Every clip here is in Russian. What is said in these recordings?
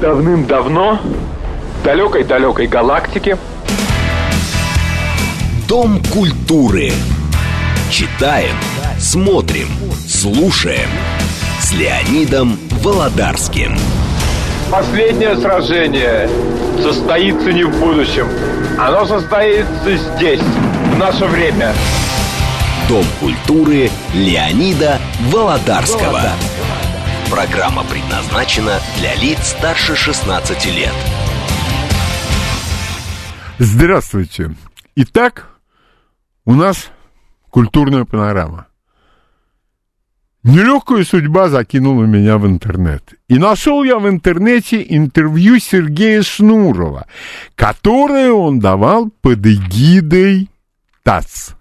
Давным-давно, в далекой-далекой галактике. Дом культуры. Читаем, смотрим, слушаем. С Леонидом Володарским. Последнее сражение состоится не в будущем. Оно состоится здесь, в наше время. Дом культуры Леонида Володарского. Программа предназначена для лиц старше 16 лет. Здравствуйте. Итак, у нас культурная панорама. Нелегкая судьба закинула меня в интернет. И нашел я в интернете интервью Сергея Шнурова, которое он давал под эгидой ТАСС.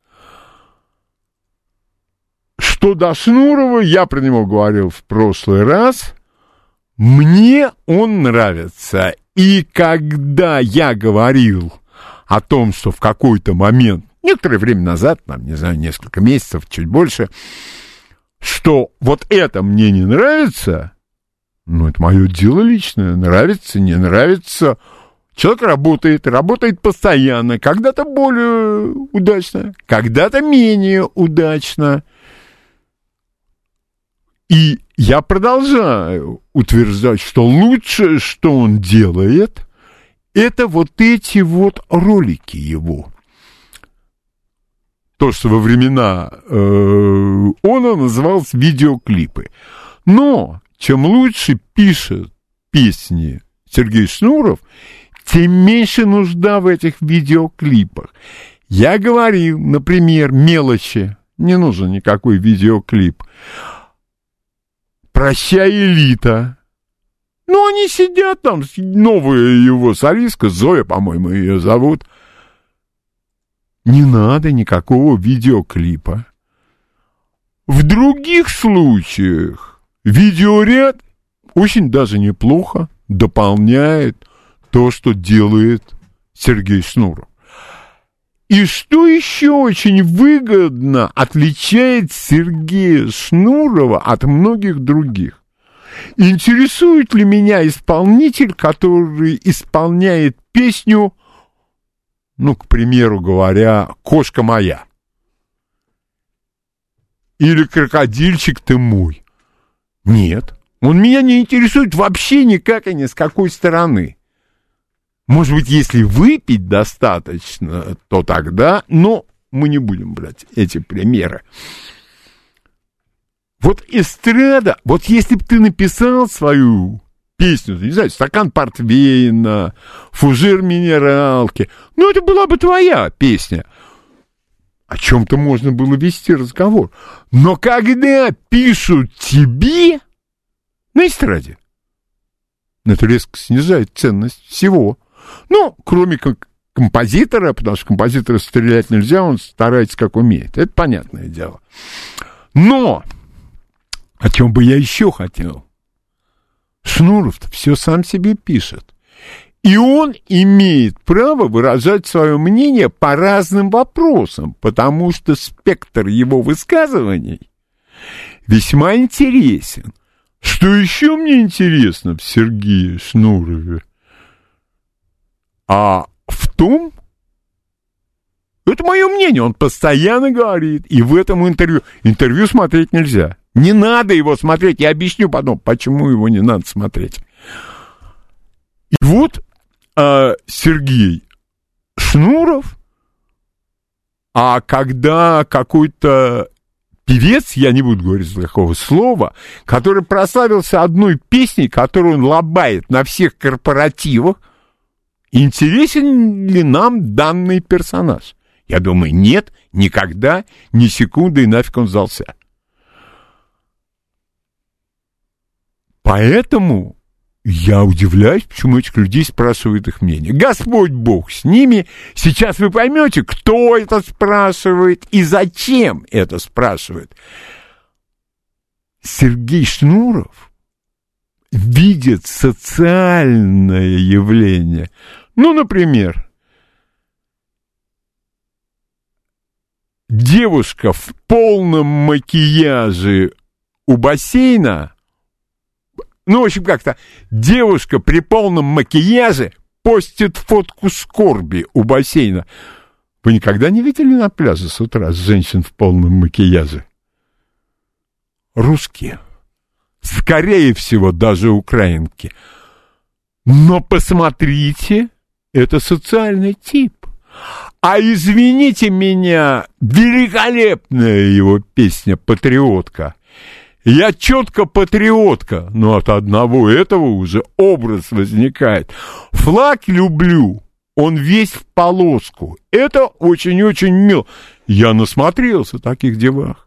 Что до Шнурова, я про него говорил в прошлый раз, мне он нравится. И когда я говорил о том, что в какой-то момент, некоторое время назад, там, не знаю, несколько месяцев, чуть больше, что вот это мне не нравится, ну, это мое дело личное, нравится, не нравится. Человек работает постоянно, когда-то более удачно, когда-то менее удачно. И я продолжаю утверждать, что лучшее, что он делает, это вот эти вот ролики его. То, что во времена он называлось видеоклипы. Но чем лучше пишет песни Сергей Шнуров, тем меньше нужда в этих видеоклипах. Я говорил, например, «Мелочи». Не нужен никакой видеоклип. «Прощай, элита». Ну, они сидят там, новая его солистка, Зоя, по-моему, ее зовут. Не надо никакого видеоклипа. В других случаях видеоряд очень даже неплохо дополняет то, что делает Сергей Шнуров. И что еще очень выгодно отличает Сергея Шнурова от многих других? Интересует ли меня исполнитель, который исполняет песню, ну, к примеру говоря, «Кошка моя» или «Крокодильчик ты мой»? Нет, он меня не интересует вообще никак и ни с какой стороны. Может быть, если выпить достаточно, то тогда, но мы не будем брать эти примеры. Вот эстрада, вот если бы ты написал свою песню, не знаю, «Стакан портвейна», «Фужер минералки», ну, это была бы твоя песня. О чем-то можно было вести разговор. Но когда пишут тебе на эстраде, это резко снижает ценность всего. Ну, кроме как композитора, потому что композитора стрелять нельзя, он старается как умеет. Это понятное дело. Но о чем бы я еще хотел? Шнуров-то все сам себе пишет. И он имеет право выражать свое мнение по разным вопросам, потому что спектр его высказываний весьма интересен. Что еще мне интересно в Сергее Шнурове? А в том, это мое мнение, он постоянно говорит, и в этом интервью смотреть нельзя. Не надо его смотреть, я объясню потом, почему его не надо смотреть. И вот Сергей Шнуров, а когда какой-то певец, я не буду говорить такого слова, который прославился одной песней, которую он лобает на всех корпоративах, интересен ли нам данный персонаж? Я думаю, нет, никогда, ни секунды, и нафиг он сдался. Поэтому я удивляюсь, почему этих людей спрашивают их мнение. Господь Бог с ними. Сейчас вы поймете, кто это спрашивает и зачем это спрашивает. Сергей Шнуров видит социальное явление. Ну, например, девушка в полном макияже у бассейна ну, в общем, как-то девушка при полном макияже постит фотку скорби у бассейна. Вы никогда не видели на пляже с утра женщин в полном макияже? Русские. Скорее всего, даже украинки. Но посмотрите, это социальный тип. А извините меня, великолепная его песня «Патриотка». Я четко патриотка, но от одного этого уже образ возникает. Флаг люблю, он весь в полоску. Это очень-очень мило. Я насмотрелся таких девах.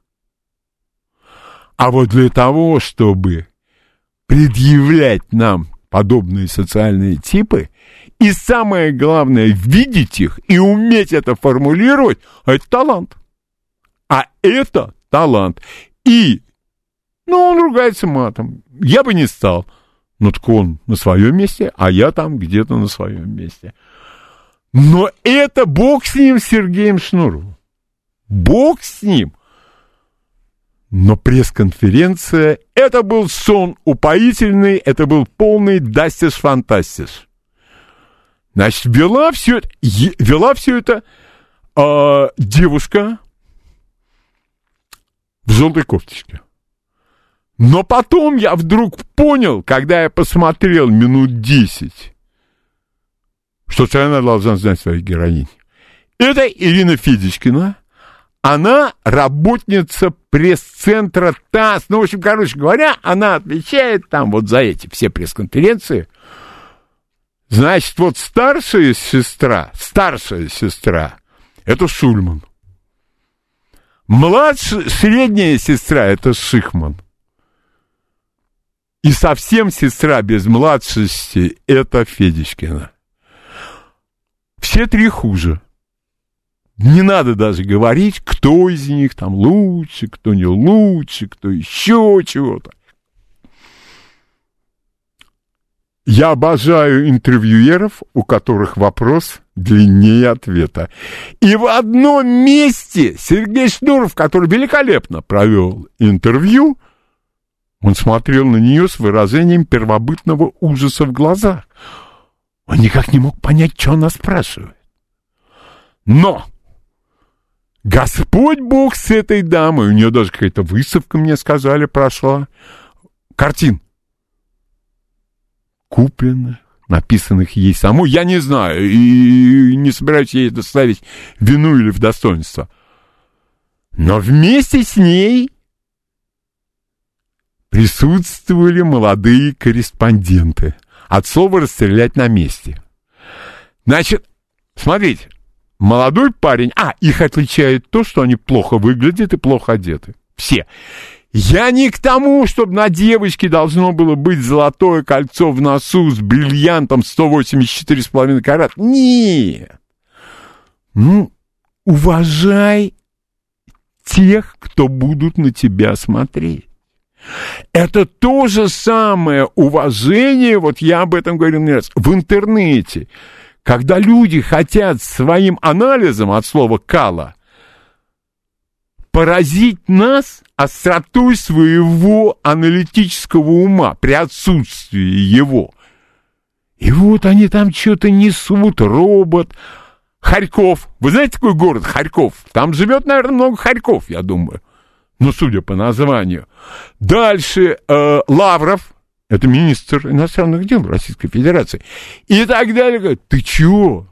А вот для того, чтобы предъявлять нам подобные социальные типы, и самое главное, видеть их и уметь это формулировать, это талант. А это талант. И он ругается матом. Я бы не стал. Но так он на своем месте, а я там где-то на своем месте. Но это бог с ним, с Сергеем Шнуровым. Бог с ним. Но пресс-конференция, это был сон упоительный, это был полный дастиш-фантастиш. Значит, вела все это девушка в желтой кофточке. Но потом я вдруг понял, когда я посмотрел минут 10, что страна должна знать своих героинь. Это Ирина Федичкина. Она работница пресс-центра ТАСС. Ну, в общем, короче говоря, она отвечает там вот за эти все пресс-конференции. Значит, вот старшая сестра, это Шульман. Средняя сестра, это Шихман. И совсем сестра без младшести, это Федичкина. Все три хуже. Не надо даже говорить, кто из них там лучше, кто не лучше, кто еще чего-то. Я обожаю интервьюеров, у которых вопрос длиннее ответа. И в одном месте Сергей Шнуров, который великолепно провел интервью, он смотрел на нее с выражением первобытного ужаса в глазах. Он никак не мог понять, что она спрашивает. Но Господь Бог с этой дамой, у нее даже какая-то выставка, мне сказали, прошла, картин, купленных, написанных ей самой, я не знаю, и не собираюсь ей это ставить в вину или в достоинство. Но вместе с ней присутствовали молодые корреспонденты. От слова «расстрелять на месте». Значит, смотрите, молодой парень... их отличает то, что они плохо выглядят и плохо одеты. Все. Я не к тому, чтобы на девочке должно было быть золотое кольцо в носу с бриллиантом 184,5 карат. Нет. Уважай тех, кто будут на тебя смотреть. Это то же самое уважение, вот я об этом говорил не раз, в интернете. Когда люди хотят своим анализом от слова «кала» поразить нас остротой своего аналитического ума при отсутствии его. И вот они там что-то несут, робот. Харьков. Вы знаете такой город Харьков? Там живет, наверное, много хорьков, я думаю. Ну, судя по названию. Дальше Лавров, это министр иностранных дел Российской Федерации. И так далее. Говорит, ты чего?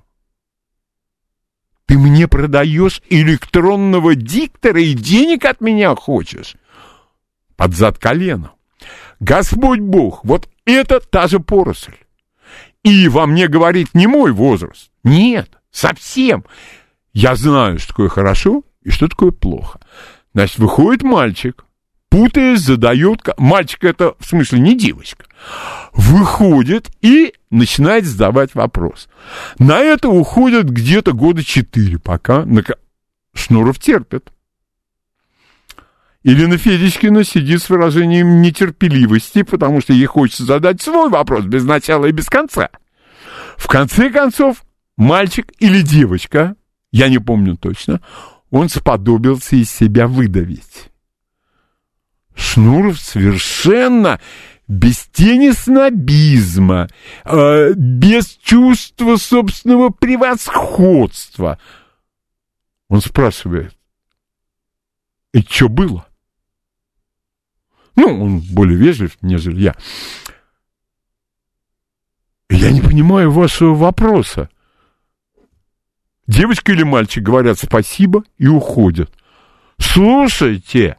Ты мне продаешь электронного диктора и денег от меня хочешь? Под зад колена. Господь Бог, вот это та же поросль. И во мне говорит не мой возраст. Нет, совсем. Я знаю, что такое хорошо и что такое плохо. Значит, выходит мальчик, путаясь, задает... Мальчик это, в смысле, не девочка. Выходит и начинает задавать вопрос. На это уходят где-то года 4, пока Шнуров терпит. Ирина Федичкина сидит с выражением нетерпеливости, потому что ей хочется задать свой вопрос без начала и без конца. В конце концов, мальчик или девочка, я не помню точно, он сподобился из себя выдавить. Шнуров совершенно без тени снобизма, без чувства собственного превосходства. Он спрашивает: и что было? Ну, он более вежлив, нежели я. Я не понимаю вашего вопроса. Девочка или мальчик говорят спасибо и уходят. Слушайте,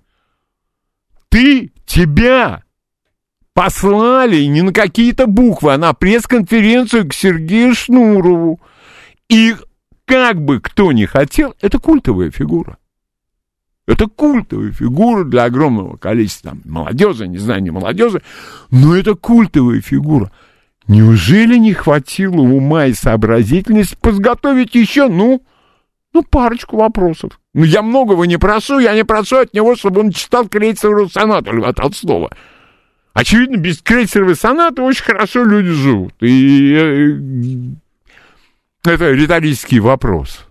тебя послали не на какие-то буквы, а на пресс-конференцию к Сергею Шнурову. И как бы кто ни хотел, это культовая фигура. Это культовая фигура для огромного количества там, молодежи, не знаю, не молодежи, но это культовая фигура. Неужели не хватило ума и сообразительности подготовить еще, парочку вопросов? Я многого не прошу, я не прошу от него, чтобы он читал Крейцерову сонату Льва Толстого. Очевидно, без Крейцеровой сонаты очень хорошо люди живут. И это риторический вопрос.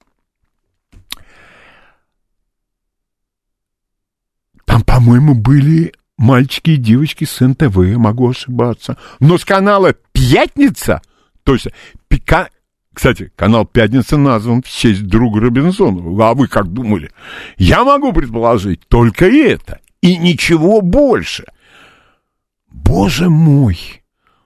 Там, по-моему, были мальчики и девочки с НТВ, могу ошибаться. Но с канала «Пятница», то есть, кстати, канал «Пятница» назван в честь друга Робинзонова. А вы как думали? Я могу предположить только это и ничего больше. Боже мой!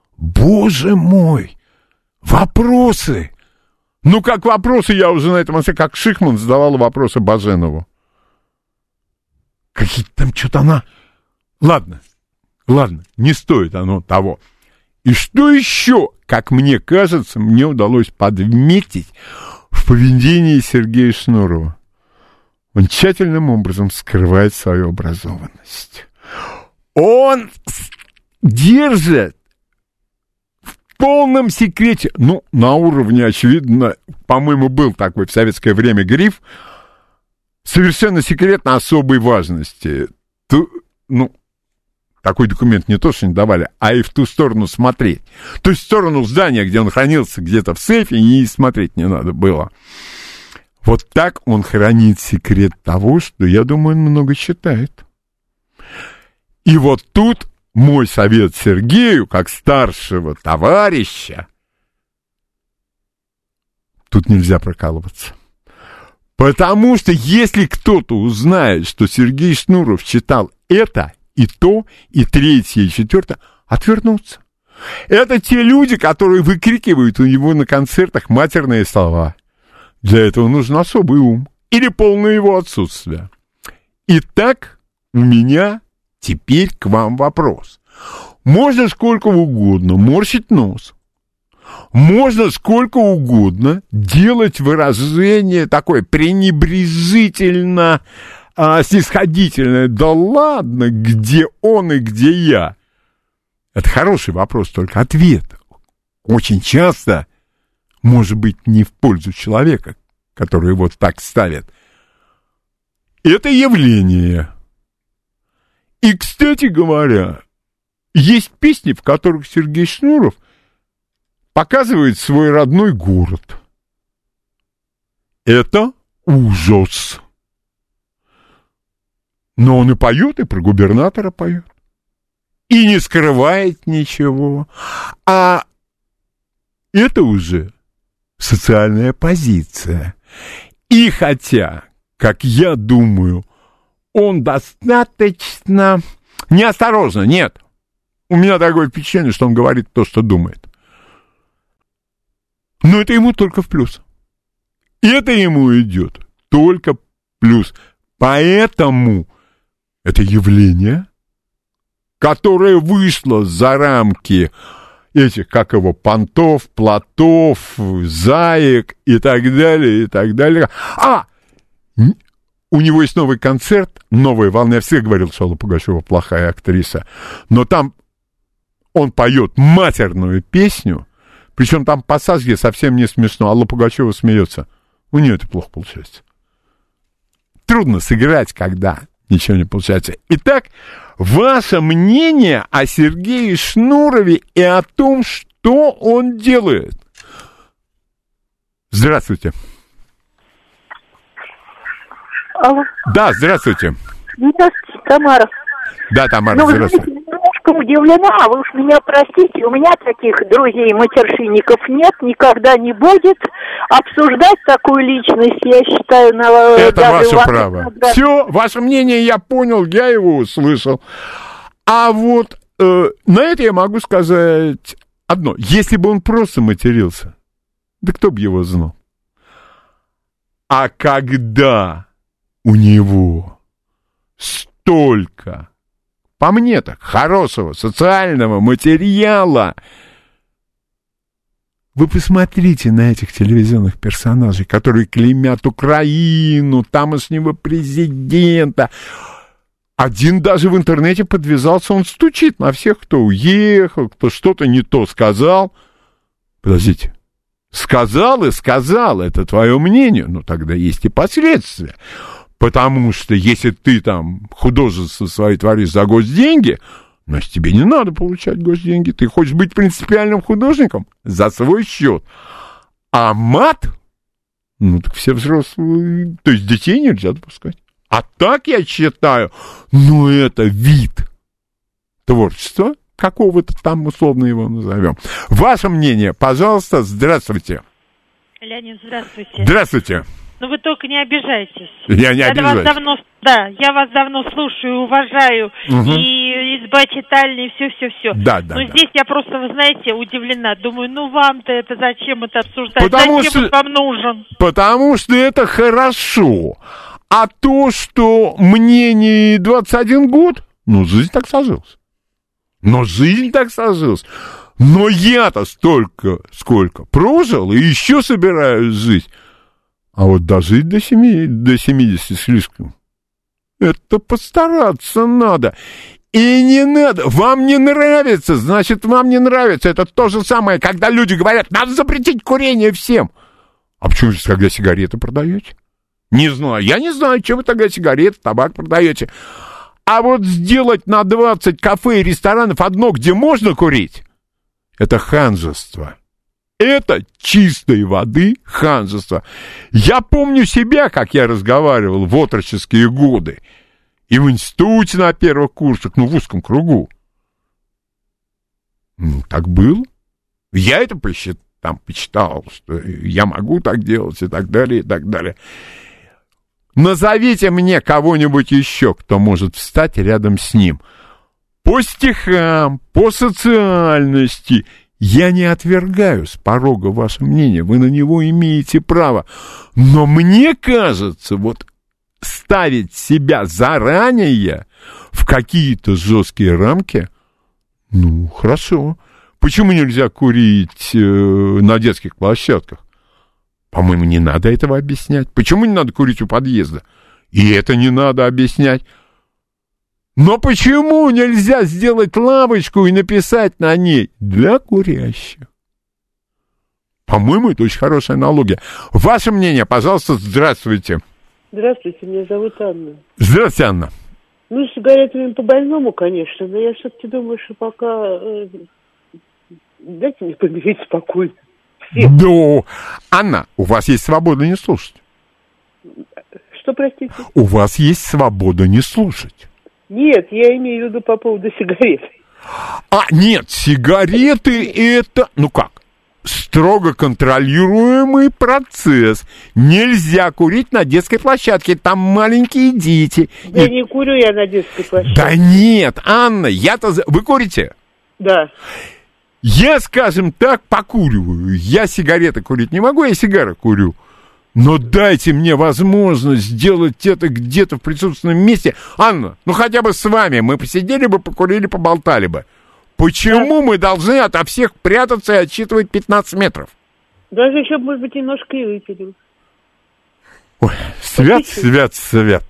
Вопросы! Как вопросы, я уже на этом, как Шихман задавала вопросы Баженову. Какие-то там что-то она... Ладно, не стоит оно того. И что еще, как мне кажется, мне удалось подметить в поведении Сергея Шнурова? Он тщательным образом скрывает свою образованность. Он держит в полном секрете, на уровне, очевидно, по-моему, был такой в советское время гриф, совершенно секретно особой важности. Такой документ не то, что не давали, а и в ту сторону смотреть. То есть в сторону здания, где он хранился, где-то в сейфе, и смотреть не надо было. Вот так он хранит секрет того, что, я думаю, он много читает. И вот тут мой совет Сергею, как старшего товарища, тут нельзя прокалываться. Потому что если кто-то узнает, что Сергей Шнуров читал это, и то, и третье, и четвертое, отвернутся. Это те люди, которые выкрикивают у него на концертах матерные слова. Для этого нужен особый ум или полное его отсутствие. Итак, у меня теперь к вам вопрос. Можно сколько угодно морщить нос. Можно сколько угодно делать выражение такое пренебрежительно снисходительное. Да ладно, где он и где я? Это хороший вопрос, только ответ очень часто может быть не в пользу человека, который вот так ставит. Это явление. И, кстати говоря, есть песни, в которых Сергей Шнуров показывает свой родной город. Это ужас. Но он и поет, и про губернатора поет. И не скрывает ничего. А это уже социальная позиция. И хотя, как я думаю, он достаточно неосторожно, нет. У меня такое впечатление, что он говорит то, что думает. Но это ему только в плюс. Это ему идет только в плюс. Поэтому это явление, которое вышло за рамки этих, как его, понтов, плотов, заек и так далее, и так далее. У него есть новый концерт, «Новая волна». Я всегда говорил, что Алла Пугачева плохая актриса. Но там он поет матерную песню, причем там пассаж, где совсем не смешно. Алла Пугачева смеется. У нее это плохо получается. Трудно сыграть, когда ничего не получается. Итак, ваше мнение о Сергее Шнурове и о том, что он делает. Здравствуйте. Алло. Да, здравствуйте. Здравствуйте, Тамара. Да, Тамара, здравствуйте. Немножко немножко удивлена, вы уж меня простите, у меня таких друзей-матершинников нет, никогда не будет. Обсуждать такую личность, я считаю, это ваше право. Все, ваше мнение я понял, я его услышал. А вот на это я могу сказать одно. Если бы он просто матерился, да кто бы его знал. А когда у него столько, по мне так, хорошего социального материала, вы посмотрите на этих телевизионных персонажей, которые клеймят Украину, тамошнего президента. Один даже в интернете подвязался, он стучит на всех, кто уехал, кто что-то не то сказал. Подождите. Сказал и сказал, это твое мнение, но тогда есть и последствия. Потому что если ты там художество свои творишь за госденьги, значит, тебе не надо получать госденьги. Ты хочешь быть принципиальным художником за свой счет. А мат, ну так все взрослые, то есть детей нельзя допускать. А так я считаю, ну это вид творчества, какого-то там условно его назовем. Ваше мнение, пожалуйста, здравствуйте. Леонид, здравствуйте. Здравствуйте. Ну вы только не обижайтесь. Я не обижаюсь. Я вас давно слушаю, уважаю, и изба читальня, и все. Да. Здесь я просто, вы знаете, удивлена. Думаю, ну вам-то это зачем это обсуждать? Потому зачем что, он вам нужен? Потому что это хорошо. А то, что мне не 21 год, ну, жизнь так сложилась. Но я-то столько, сколько прожил, и еще собираюсь жить. А вот дожить до 70 слишком. Это постараться надо. И не надо. Вам не нравится, значит, вам не нравится. Это то же самое, когда люди говорят, надо запретить курение всем. А почему же, когда сигареты продаете? Не знаю. Я не знаю, чем вы тогда сигареты, табак продаете. А вот сделать на 20 кафе и ресторанов одно, где можно курить, это ханжество. Это чистой воды ханжество. Я помню себя, как я разговаривал в отроческие годы. И в институте на первых курсах, в узком кругу. Так было. Я это почитал, что я могу так делать и так далее, и так далее. Назовите мне кого-нибудь еще, кто может встать рядом с ним. По стихам, по социальности. Я не отвергаю с порога ваше мнение, вы на него имеете право. Но мне кажется, вот ставить себя заранее в какие-то жесткие рамки, ну, хорошо. Почему нельзя курить на детских площадках? По-моему, не надо этого объяснять. Почему не надо курить у подъезда? И это не надо объяснять. Но почему нельзя сделать лавочку и написать на ней «для курящих»? По-моему, это очень хорошая аналогия. Ваше мнение, пожалуйста, здравствуйте. Здравствуйте, меня зовут Анна. Здравствуйте, Анна. Ну, с сигаретами по-больному, конечно, но я все-таки думаю, что пока... Дайте мне помереть спокойно. Да, Анна, у вас есть свобода не слушать. Что, простите? У вас есть свобода не слушать. Нет, я имею в виду по поводу сигарет. Нет, сигареты это, ну как, строго контролируемый процесс. Нельзя курить на детской площадке, там маленькие дети. Да не курю я на детской площадке. Да нет, Анна, вы курите? Да. Я, скажем так, покуриваю. Я сигареты курить не могу, я сигары курю. Но дайте мне возможность сделать это где-то в присутственном месте. Анна, ну хотя бы с вами. Мы посидели бы, покурили, поболтали бы. Почему мы должны ото всех прятаться и отсчитывать 15 метров? Даже еще, может быть, немножко и выпили. Ой, свят.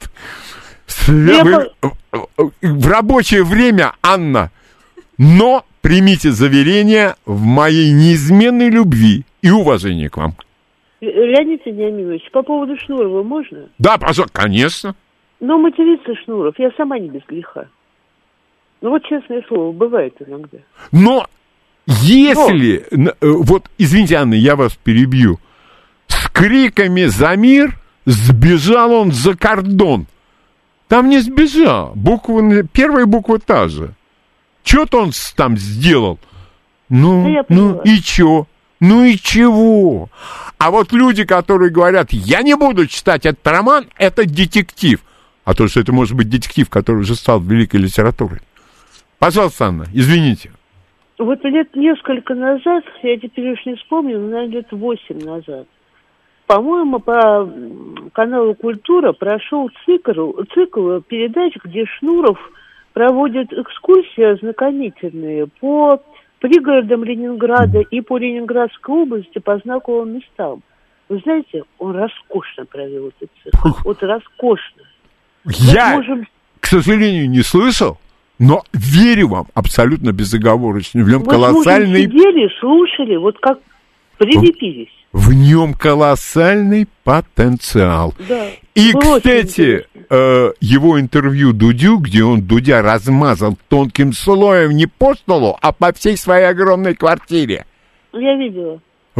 В рабочее время, Анна. Но примите заверение в моей неизменной любви и уважении к вам. Леонид Вениаминович, по поводу Шнурова можно? Да, пожалуйста, конечно. Но материться Шнуров, я сама не без греха. Ну вот честное слово, бывает иногда. Но если... Вот, извините, Анна, я вас перебью. С криками «За мир» сбежал он за кордон. Там не сбежал. Первая буква та же. Что-то он там сделал. Ну и чё? Ну и чего? А вот люди, которые говорят, я не буду читать этот роман, это детектив. А то, что это может быть детектив, который уже стал великой литературой. Пожалуйста, Анна, извините. Вот лет несколько назад, я теперь уж не вспомню, наверное, лет 8 назад, по-моему, по каналу «Культура» прошел цикл передач, где Шнуров проводит экскурсии ознакомительные по пригородам Ленинграда и по Ленинградской области по знаковым местам. Вы знаете, он роскошно провел этот цикл. Вот роскошно. Я, к сожалению, не слышал, но верю вам абсолютно безоговорочно. В нем колоссальный... Мы сидели, слушали, вот как прилепились. В нем колоссальный потенциал. Да. И, кстати, его интервью Дудю, где он Дудя размазал тонким слоем не по столу, а по всей своей огромной квартире. Я видела.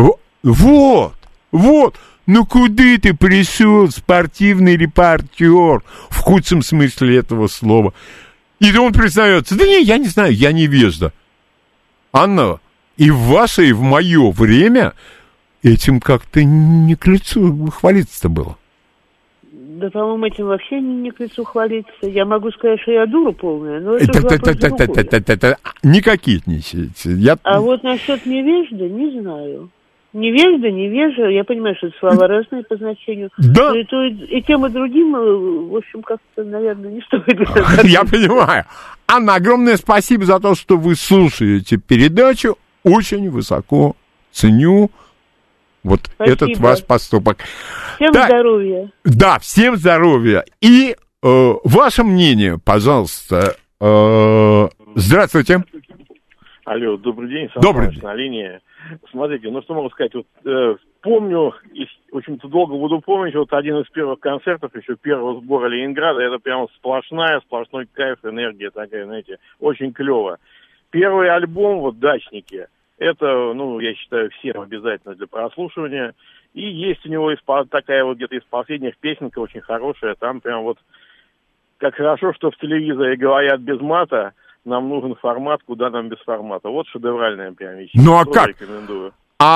Вот. Ну куда ты пришел, спортивный репортер, в худшем смысле этого слова? И он признается, да не, я не знаю, я невежда. Анна, и в ваше, и в мое время этим как-то не к лицу хвалиться-то было. Да, по-моему, этим вообще не к лицу хвалиться. Я могу сказать, что я дура полная, но это другое. Не кокетничайте. А вот насчет невежды не знаю. Невежа, я понимаю, что это слова разные по значению. Да. Но и тем, и другим, в общем, как-то, наверное, не стоит. Я понимаю. Анна, огромное спасибо за то, что вы слушаете передачу. Очень высоко ценю вот этот ваш поступок. Всем здоровья. Да, всем здоровья. И ваше мнение, пожалуйста. Здравствуйте. Алло, добрый день. Добрый день. На линии. Смотрите, что могу сказать, помню, и, в общем-то, долго буду помнить, один из первых концертов, еще первого сбора Ленинграда, это прямо сплошной кайф, энергия такая, знаете, очень клево. Первый альбом, «Дачники», это, я считаю, всем обязательно для прослушивания, и есть у него такая где-то из последних песенка очень хорошая, там прям как хорошо, что в телевизоре говорят без мата, нам нужен формат, куда нам без формата. Вот шедевральная прям вещь. Ну а как? Рекомендую.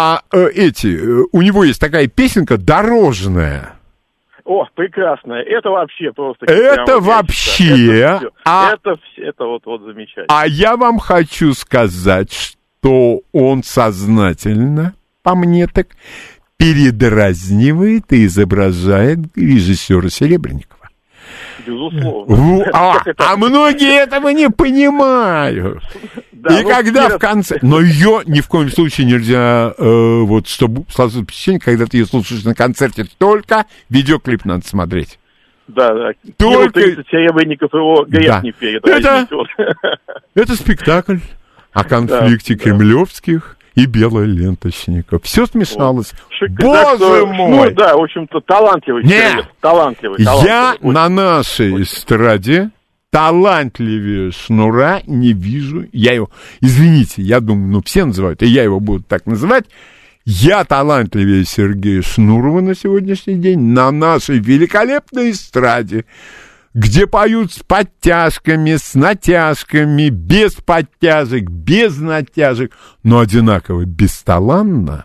У него есть такая песенка «Дорожная». О, прекрасная. Это вообще просто... Это вообще... Это вот замечательно. А я вам хочу сказать, что он сознательно, по мне так, передразнивает и изображает режиссера Серебренникова. Безусловно. А многие этого не понимают. Да, и когда в конце... Но ее ни в коем случае нельзя, чтобы сложилось впечатление, когда ты ее слушаешь на концерте, только видеоклип надо смотреть. Да. Только... Серебренников его грех не перед. Это спектакль о конфликте кремлевских и белоленточников. Все смешалось. Боже мой! В общем-то, талантливый человек. Талантливый. Я на нашей эстраде талантливее Шнура не вижу. Я его, извините, я думаю, все называют, и я его буду так называть. Я талантливее Сергея Шнурова на сегодняшний день на нашей великолепной эстраде, где поют с подтяжками, с натяжками, без подтяжек, без натяжек, но одинаково бесталанно.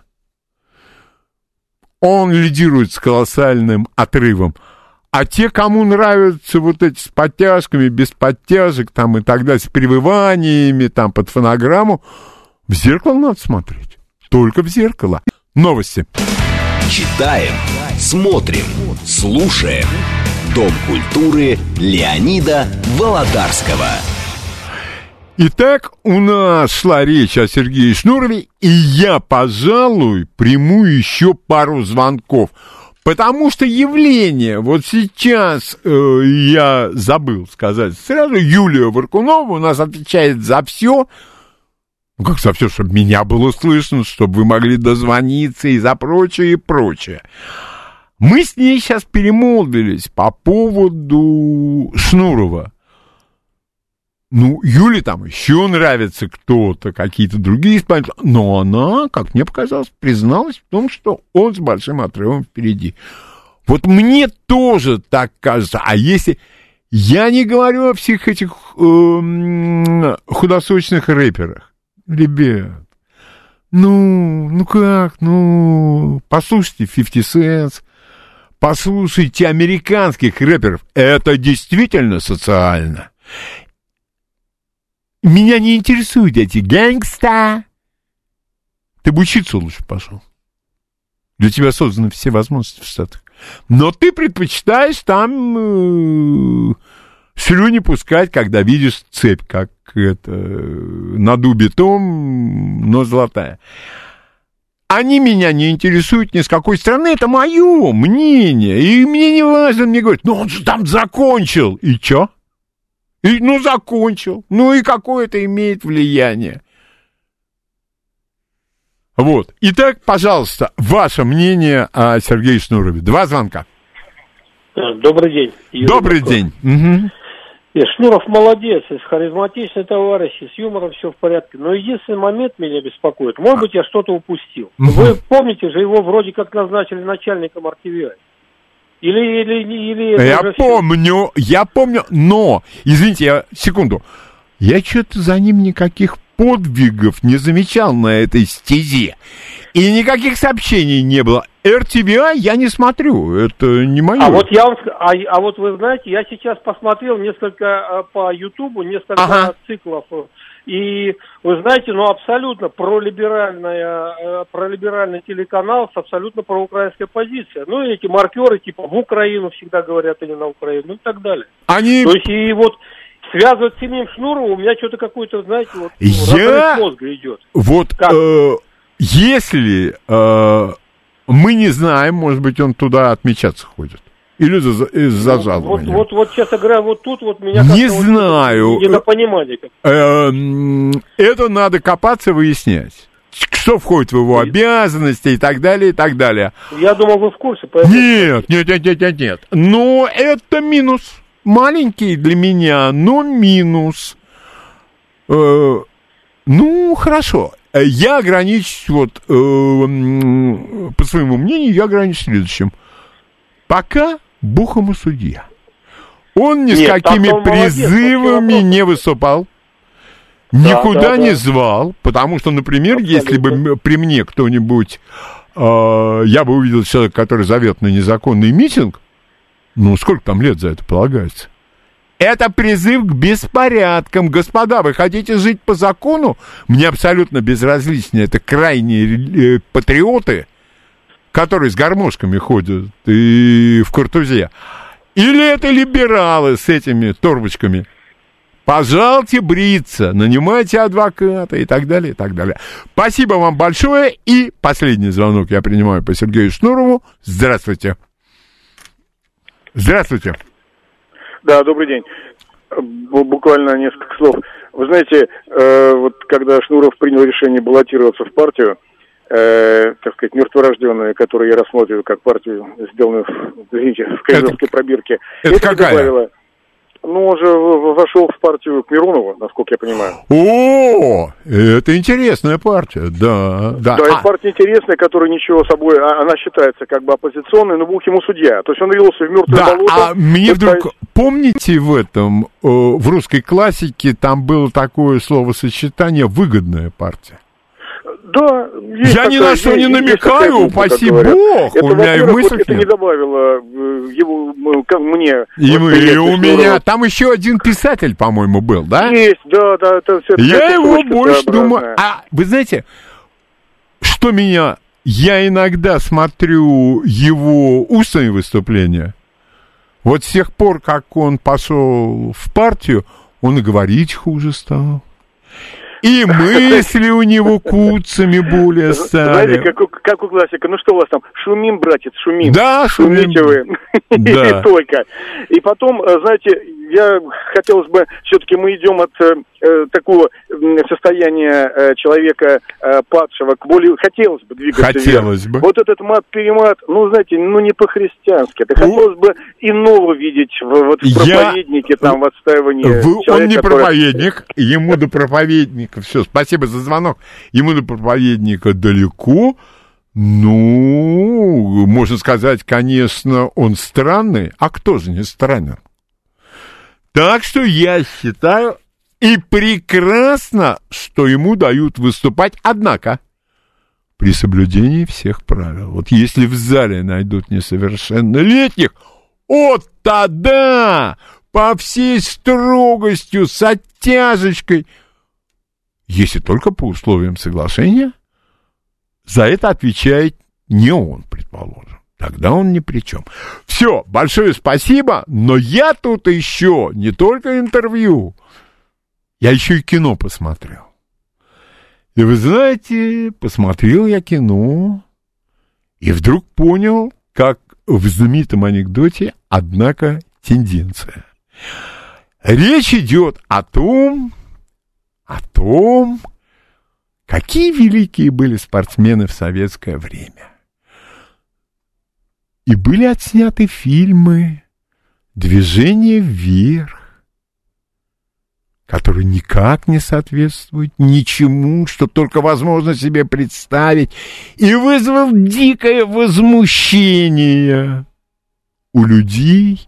Он лидирует с колоссальным отрывом. А те, кому нравятся эти с подтяжками, без подтяжек, и так далее, с привываниями, под фонограмму, в зеркало надо смотреть. Только в зеркало. Новости. Читаем, смотрим, слушаем. Дом культуры Леонида Володарского. Итак, у нас шла речь о Сергее Шнурове, и я, пожалуй, приму еще пару звонков. Потому что явление, сейчас я забыл сказать сразу, Юлия Варкунова у нас отвечает за все. Как за все, чтобы меня было слышно, чтобы вы могли дозвониться и за прочее, и прочее. Мы с ней сейчас перемолвились по поводу Шнурова. Юле еще нравится кто-то, какие-то другие исполнители, но она, как мне показалось, призналась в том, что он с большим отрывом впереди. Мне тоже так кажется. А если Я не говорю о всех этих худосочных рэперах. Ребят, послушайте 50 Cent, послушайте американских рэперов. Это действительно социально. Меня не интересуют эти гэнгста. Ты бы учиться лучше пошел. Для тебя созданы все возможности в Штатах. Но ты предпочитаешь там слюни пускать, когда видишь цепь, как это, на дубе том, но золотая. Они меня не интересуют ни с какой стороны, это мое мнение. И мне не важно, мне говорят, он же там закончил. И чё? Закончил. И какое это имеет влияние? Вот. Итак, пожалуйста, ваше мнение о Сергее Шнурове. 2 звонка. Добрый день. Юрий Добрый Марков. день. Угу. Шнуров молодец, харизматичный товарищ, с юмором все в порядке. Но единственный момент меня беспокоит. Может быть, я что-то упустил. Угу. Вы помните же, его вроде как назначили начальником RTVI? Или Я помню, но, извините, секунду, я что-то за ним никаких подвигов не замечал на этой стезе. И никаких сообщений не было. RTVI я не смотрю, это не мое. А вот вы знаете, я сейчас посмотрел несколько по Ютубу, несколько циклов. И вы знаете, абсолютно пролиберальный телеканал с абсолютно проукраинской позицией. И эти маркеры типа в Украину всегда говорят или на Украину, и так далее. То есть и вот связывать с именем Шнурова у меня что-то какое-то, знаете, разрыв мозга идет. Если мы не знаем, может быть, он туда отмечаться ходит. Или за жалование. Вот, честно говоря, тут меня не знаю. Недопонимание. Это надо копаться, выяснять. Что входит в его обязанности и так далее, и так далее. Я думал, вы в курсе. Нет. Но это минус. Маленький для меня, но минус. Хорошо. Я ограничусь, по своему мнению, я ограничусь следующим. Пока Бог ему судья. Он ни с какими призывами не выступал, никуда не звал, потому что, например, если бы при мне кто-нибудь, я бы увидел человека, который зовет на незаконный митинг, сколько там лет за это полагается? Это призыв к беспорядкам. Господа, вы хотите жить по закону? Мне абсолютно безразличны это крайние патриоты, которые с гармошками ходят и в картузе. Или это либералы с этими торбочками. Пожалуйте бриться, нанимайте адвоката и так далее, и так далее. Спасибо вам большое. И последний звонок я принимаю по Сергею Шнурову. Здравствуйте. Здравствуйте. Да, добрый день. Буквально несколько слов. Вы знаете, когда Шнуров принял решение баллотироваться в партию, так сказать, мертворожденную, которую я рассматриваю как партию, сделанную, в Кремлевской пробирке, это какая? Добавило, он же вошел в партию к Миронову, насколько я понимаю. О, это интересная партия, да. Да, это партия интересная, которая ничего собой, она считается как бы оппозиционной, но Бог ему судья. То есть он рылся в мертвое болото. Мне вдруг, помните в русской классике там было такое словосочетание «выгодная партия»? Да, я ни на что не намекаю, упаси Бог. Это, у меня и мысль это не добавило его, мне. И у меня. Там еще один писатель, по-моему, был, да? Есть, да. Это все, я его больше думаю. Вы знаете, что меня... Я иногда смотрю его устные выступления. Вот с тех пор, как он пошел в партию, он и говорить хуже стал. И мысли у него куцами более стали. Знаете, как у классика, что у вас там? Шумим, братец, шумим. Да, шумите вы. Да. И только. И потом, знаете, хотелось бы, все-таки мы идем от такого состояния человека падшего к более, хотелось бы двигаться вверх. Вот этот мат-перемат, знаете, не по-христиански. Это хотелось бы иного видеть в проповеднике, там, в отстаивании. Он не проповедник, ему до проповедника, все, спасибо за звонок, ему до проповедника далеко. Можно сказать, конечно, он странный, а кто же не странен? Так что я считаю, и прекрасно, что ему дают выступать, однако при соблюдении всех правил. Вот если в зале найдут несовершеннолетних, вот тогда по всей строгостью, с оттяжечкой, если только по условиям соглашения, за это отвечает не он, предположим. Тогда он ни при чем. Все, большое спасибо, но я тут еще не только интервью, я еще и кино посмотрел. И вы знаете, посмотрел я кино, и вдруг понял, как в знаменитом анекдоте, однако, тенденция. Речь идет о том, какие великие были спортсмены в советское время. И были отсняты фильмы «Движение вверх», которые никак не соответствуют ничему, что только возможно себе представить, и вызвал дикое возмущение у людей,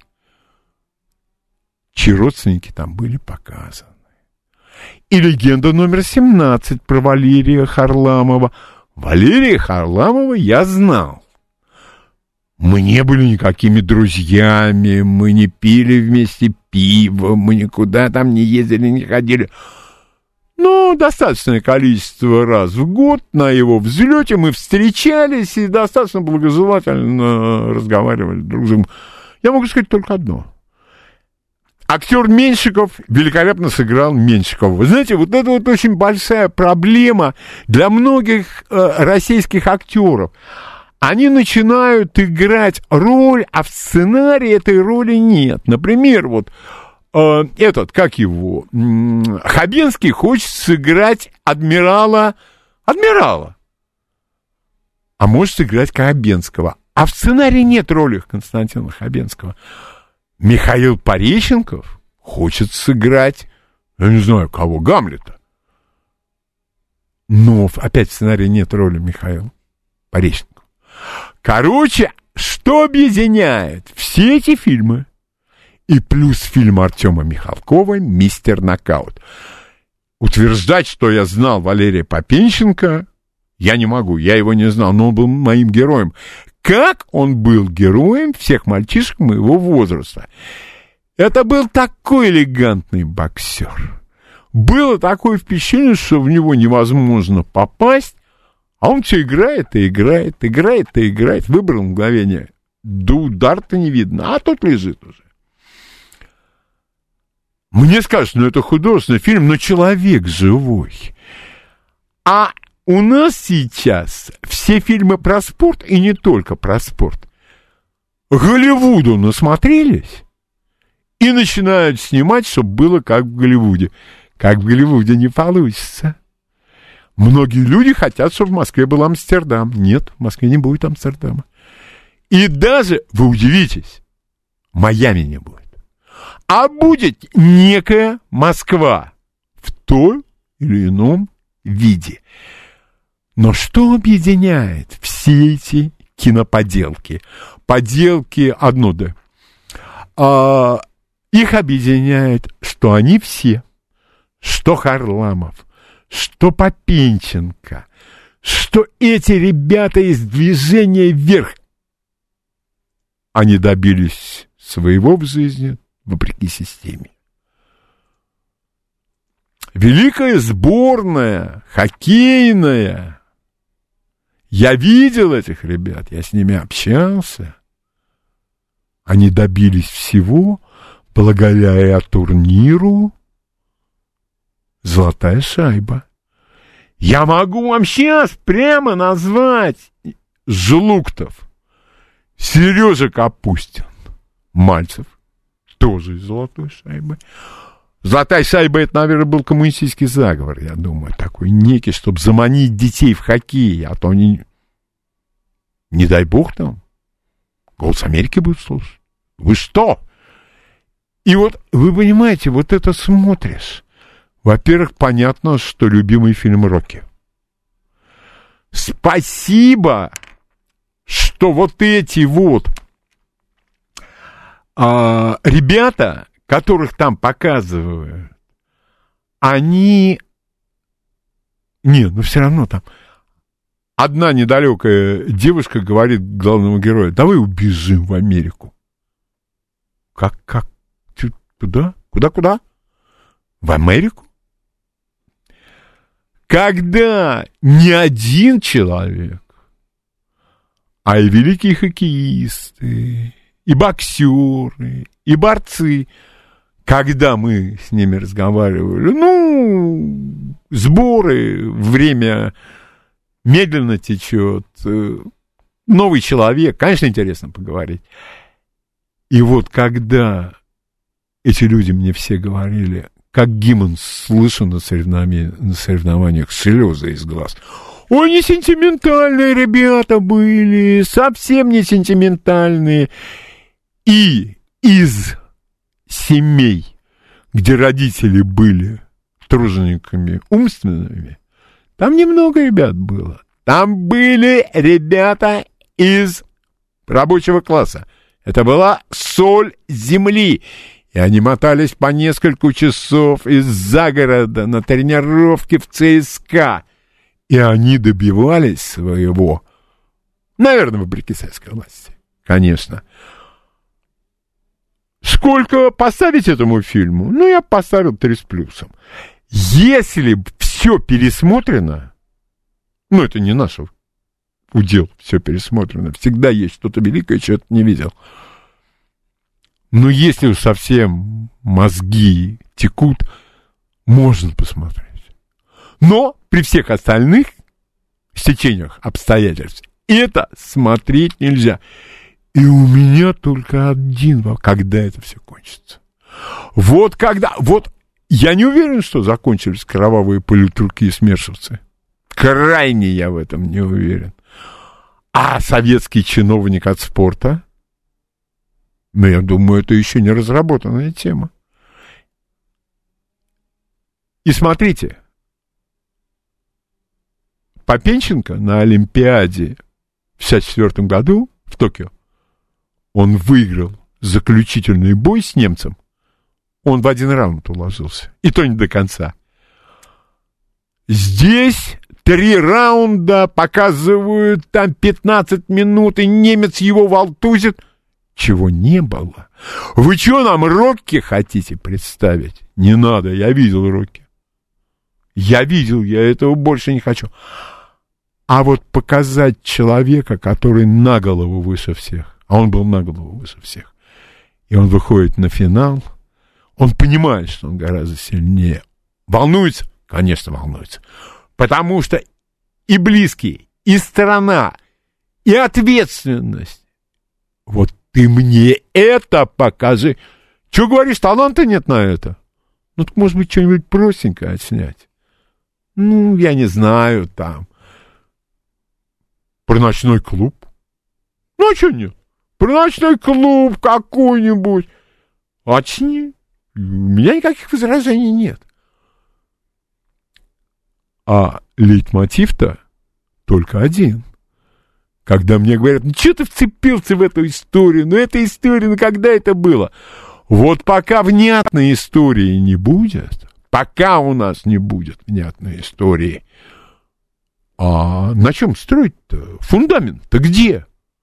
чьи родственники там были показаны. И легенда номер 17 про Валерия Харламова. Валерия Харламова я знал. Мы не были никакими друзьями, мы не пили вместе пиво, мы никуда там не ездили, не ходили. Но достаточное количество раз в год на его взлете мы встречались и достаточно благожелательно разговаривали друг с другом. Я могу сказать только одно. Актер Меньшиков великолепно сыграл Меньшикова. Вы знаете, вот это вот очень большая проблема для многих российских актеров. Они начинают играть роль, а в сценарии этой роли нет. Например, вот Хабенский хочет сыграть адмирала, а может сыграть Хабенского. А в сценарии нет роли Константина Хабенского. Михаил Пореченков хочет сыграть, я не знаю кого, Гамлета. Но опять в сценарии нет роли Михаила Пореченкова. Короче, что объединяет все эти фильмы и плюс фильм Артема Михалкова «Мистер Нокаут». Утверждать, что я знал Валерия Попенченко, я не могу, я его не знал, но он был моим героем. Как он был героем всех мальчишек моего возраста. Это был такой элегантный боксер. Было такое впечатление, что в него невозможно попасть, а он все играет и играет. Выбрал мгновение. Да удар-то не видно, а тут лежит уже. Мне скажут, это художественный фильм, но человек живой. А у нас сейчас все фильмы про спорт, и не только про спорт, Голливуду насмотрелись и начинают снимать, чтобы было как в Голливуде. Как в Голливуде не получится. Многие люди хотят, чтобы в Москве был Амстердам. Нет, в Москве не будет Амстердама. И даже, вы удивитесь, Майами не будет. А будет некая Москва в том или ином виде. Но что объединяет все эти киноподелки? Поделки одно, да. Их объединяет, что они все, что Харламов, что Попенченко, что эти ребята из «Движения вверх», они добились своего в жизни вопреки системе. Великая сборная, хоккейная. Я видел этих ребят, я с ними общался. Они добились всего благодаря турниру «Золотая шайба». Я могу вам сейчас прямо назвать Жлуктов, Сережа Капустин, Мальцев, тоже из «Золотой шайбы». «Золотая шайба» — это, наверное, был коммунистический заговор, я думаю, такой некий, чтобы заманить детей в хоккей, а то они, не дай бог там, «Голос Америки» будут слушать. Вы что? И вот, вы понимаете, вот это смотришь. Во-первых, понятно, что любимый фильм «Рокки». Спасибо, что вот эти вот ребята, которых там показывают, они... Не, ну все равно там... Одна недалекая девушка говорит главному герою: давай убежим в Америку. Как? Туда? Куда? В Америку? Когда ни один человек, а и великие хоккеисты, и боксеры, и борцы, когда мы с ними разговаривали, сборы, время медленно течет, новый человек, конечно, интересно поговорить. И вот когда эти люди мне все говорили, как гимн слышу на соревнованиях, слезы из глаз. Ой, не сентиментальные ребята были, совсем не сентиментальные. И из семей, где родители были тружениками умственными, там немного ребят было. Там были ребята из рабочего класса. Это была соль земли. И они мотались по несколько часов из-за города на тренировки в ЦСКА. И они добивались своего, наверное, вопреки советской власти. Конечно. Сколько поставить этому фильму? Ну, я поставил 3 с плюсом. Если все пересмотрено, ну, это не наш удел, все пересмотрено. Всегда есть что-то великое, чего ты не видел. Но если уж совсем мозги текут, можно посмотреть. Но при всех остальных стечениях обстоятельств это смотреть нельзя. И у меня только один вопрос: когда это все кончится? Вот когда... Вот я не уверен, что закончились кровавые политруки и смершевцы. Крайне я в этом не уверен. А советский чиновник от спорта? Но я думаю, это еще не разработанная тема. И смотрите, Попенченко на Олимпиаде в 1954 году в Токио, он выиграл заключительный бой с немцем. Он в 1 раунд уложился. И то не до конца. Здесь 3 раунда, показывают там 15 минут, и немец его волтузит. Чего не было. Вы что, нам Рокки хотите представить? Не надо, я видел Рокки. Я этого больше не хочу. А вот показать человека, который на голову выше всех, а он был на голову выше всех, и он выходит на финал, он понимает, что он гораздо сильнее. Волнуется? Конечно, волнуется. Потому что и близкие, и сторона, и ответственность. Вот ты мне это покажи. Чего говоришь, таланта нет на это? Ну, так, может быть, что-нибудь простенькое отснять. Ну, я не знаю, там. Про ночной клуб. Ну, а что нет? Про ночной клуб какой-нибудь. Отсни. У меня никаких возражений нет. А лейтмотив-то только один. Когда мне говорят: ну, что ты вцепился в эту историю? Ну, эта история, ну, когда это было? Вот пока внятной истории не будет, пока у нас не будет внятной истории, а на чем строить-то? Фундамент-то где?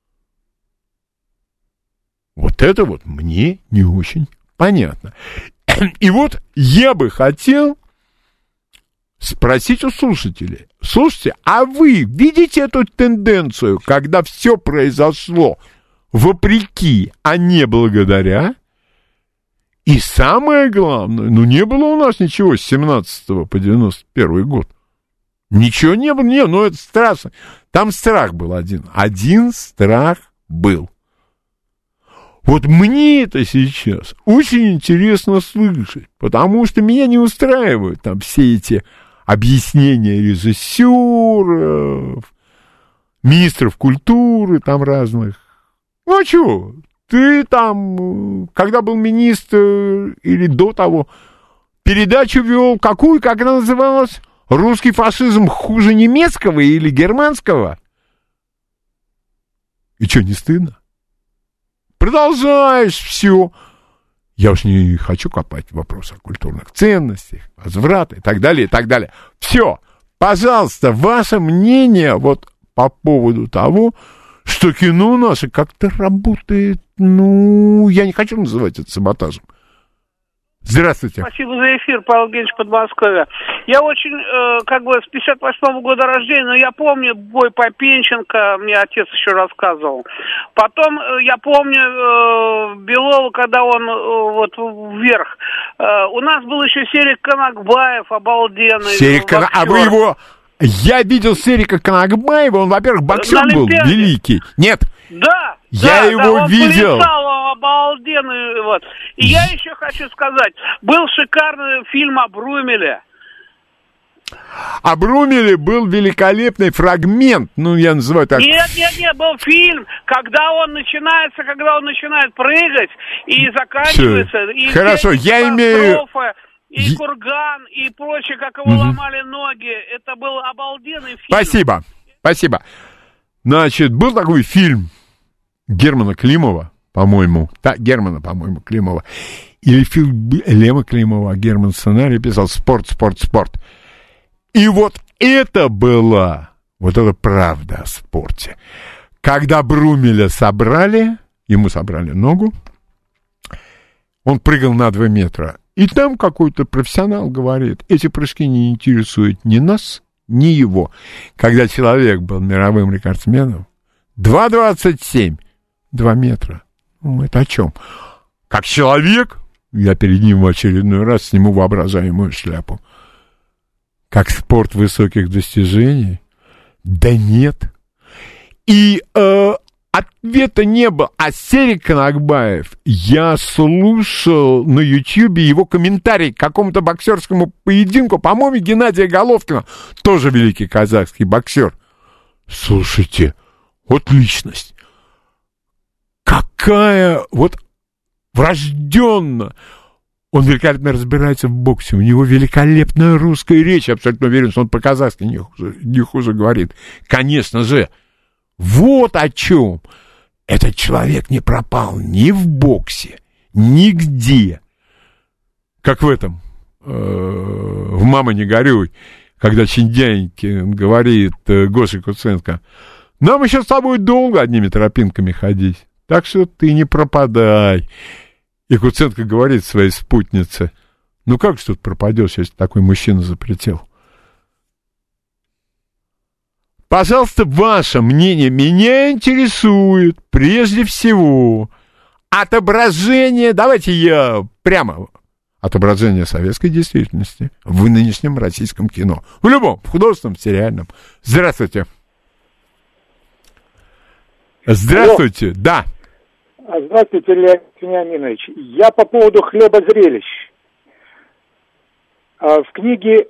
Вот это вот мне не очень понятно. И вот я бы хотел спросить у слушателей: слушайте, а вы видите эту тенденцию, когда все произошло вопреки, а не благодаря? И самое главное, ну не было у нас ничего с 17 по 91 год. Ничего не было, ну это страшно. Там страх был один страх был. Вот мне это сейчас очень интересно слышать, потому что меня не устраивают там все эти объяснения режиссеров, министров культуры там разных. Ну а чё, ты там, когда был министр или до того, передачу вел какую, как она называлась? Русский фашизм хуже немецкого или германского? И что, не стыдно? Продолжаешь все. Я уж не хочу копать вопрос о культурных ценностях, возврата и так далее, и так далее. Все, пожалуйста, ваше мнение вот по поводу того, что кино наше как-то работает, ну, я не хочу называть это саботажем. Здравствуйте. Спасибо за эфир, Павел Евгеньевич, Подмосковье. Я очень, с 58-го года рождения, но я помню бой Попенченко, мне отец еще рассказывал. Потом я помню Белова, когда он вверх. У нас был еще Серик Канакбаев, обалденный. А вы его... Я видел Серика Канакбаева, он, во-первых, боксер был великий. Нет. Да. Я его видел. Он плясал, обалденный. Вот. И я еще хочу сказать, был шикарный фильм о Брумеле. О Брумеле был великолепный фрагмент, ну, я называю так. Нет, был фильм, когда он начинает прыгать и заканчивается. И хорошо, я имею... И курган, и прочее, как его ломали ноги. Это был обалденный фильм. Спасибо. Значит, был такой фильм Германа Климова, по-моему. Климова. Или фильм Лема Климова, Герман сценарий писал «Спорт». И вот это была, вот это правда о спорте. Когда Брумеля ему собрали ногу, он прыгал на 2 метра. И там какой-то профессионал говорит, эти прыжки не интересуют ни нас, ни его. Когда человек был мировым рекордсменом, 2,27, 2 метра. Ну, это о чем? Как человек, я перед ним в очередной раз сниму воображаемую шляпу. Как спорт высоких достижений? Да нет. И ответа не было. А Серик Канакбаев, я слушал на Ютьюбе его комментарий к какому-то боксерскому поединку, по-моему, Геннадия Головкина, тоже великий казахский боксер. Слушайте, вот личность. Какая вот врожденно. Он великолепно разбирается в боксе, у него великолепная русская речь, я абсолютно уверен, что он по-казахски не хуже говорит. Конечно же. Вот о чем. Этот человек не пропал ни в боксе, нигде. Как в этом, в «Мама, не горюй», когда Чиндяйкин говорит Гоше Куценко, нам еще с тобой долго одними тропинками ходить, так что ты не пропадай. И Куценко говорит своей спутнице, ну как же тут пропадешь, если такой мужчина запретил? Пожалуйста, ваше мнение меня интересует прежде всего отображение, давайте я прямо, отображение советской действительности в нынешнем российском кино. В любом, в художественном, в сериальном. Здравствуйте. Здравствуйте, алло. Да. Здравствуйте, Леонид Вениаминович. Я по поводу хлебозрелищ. В книге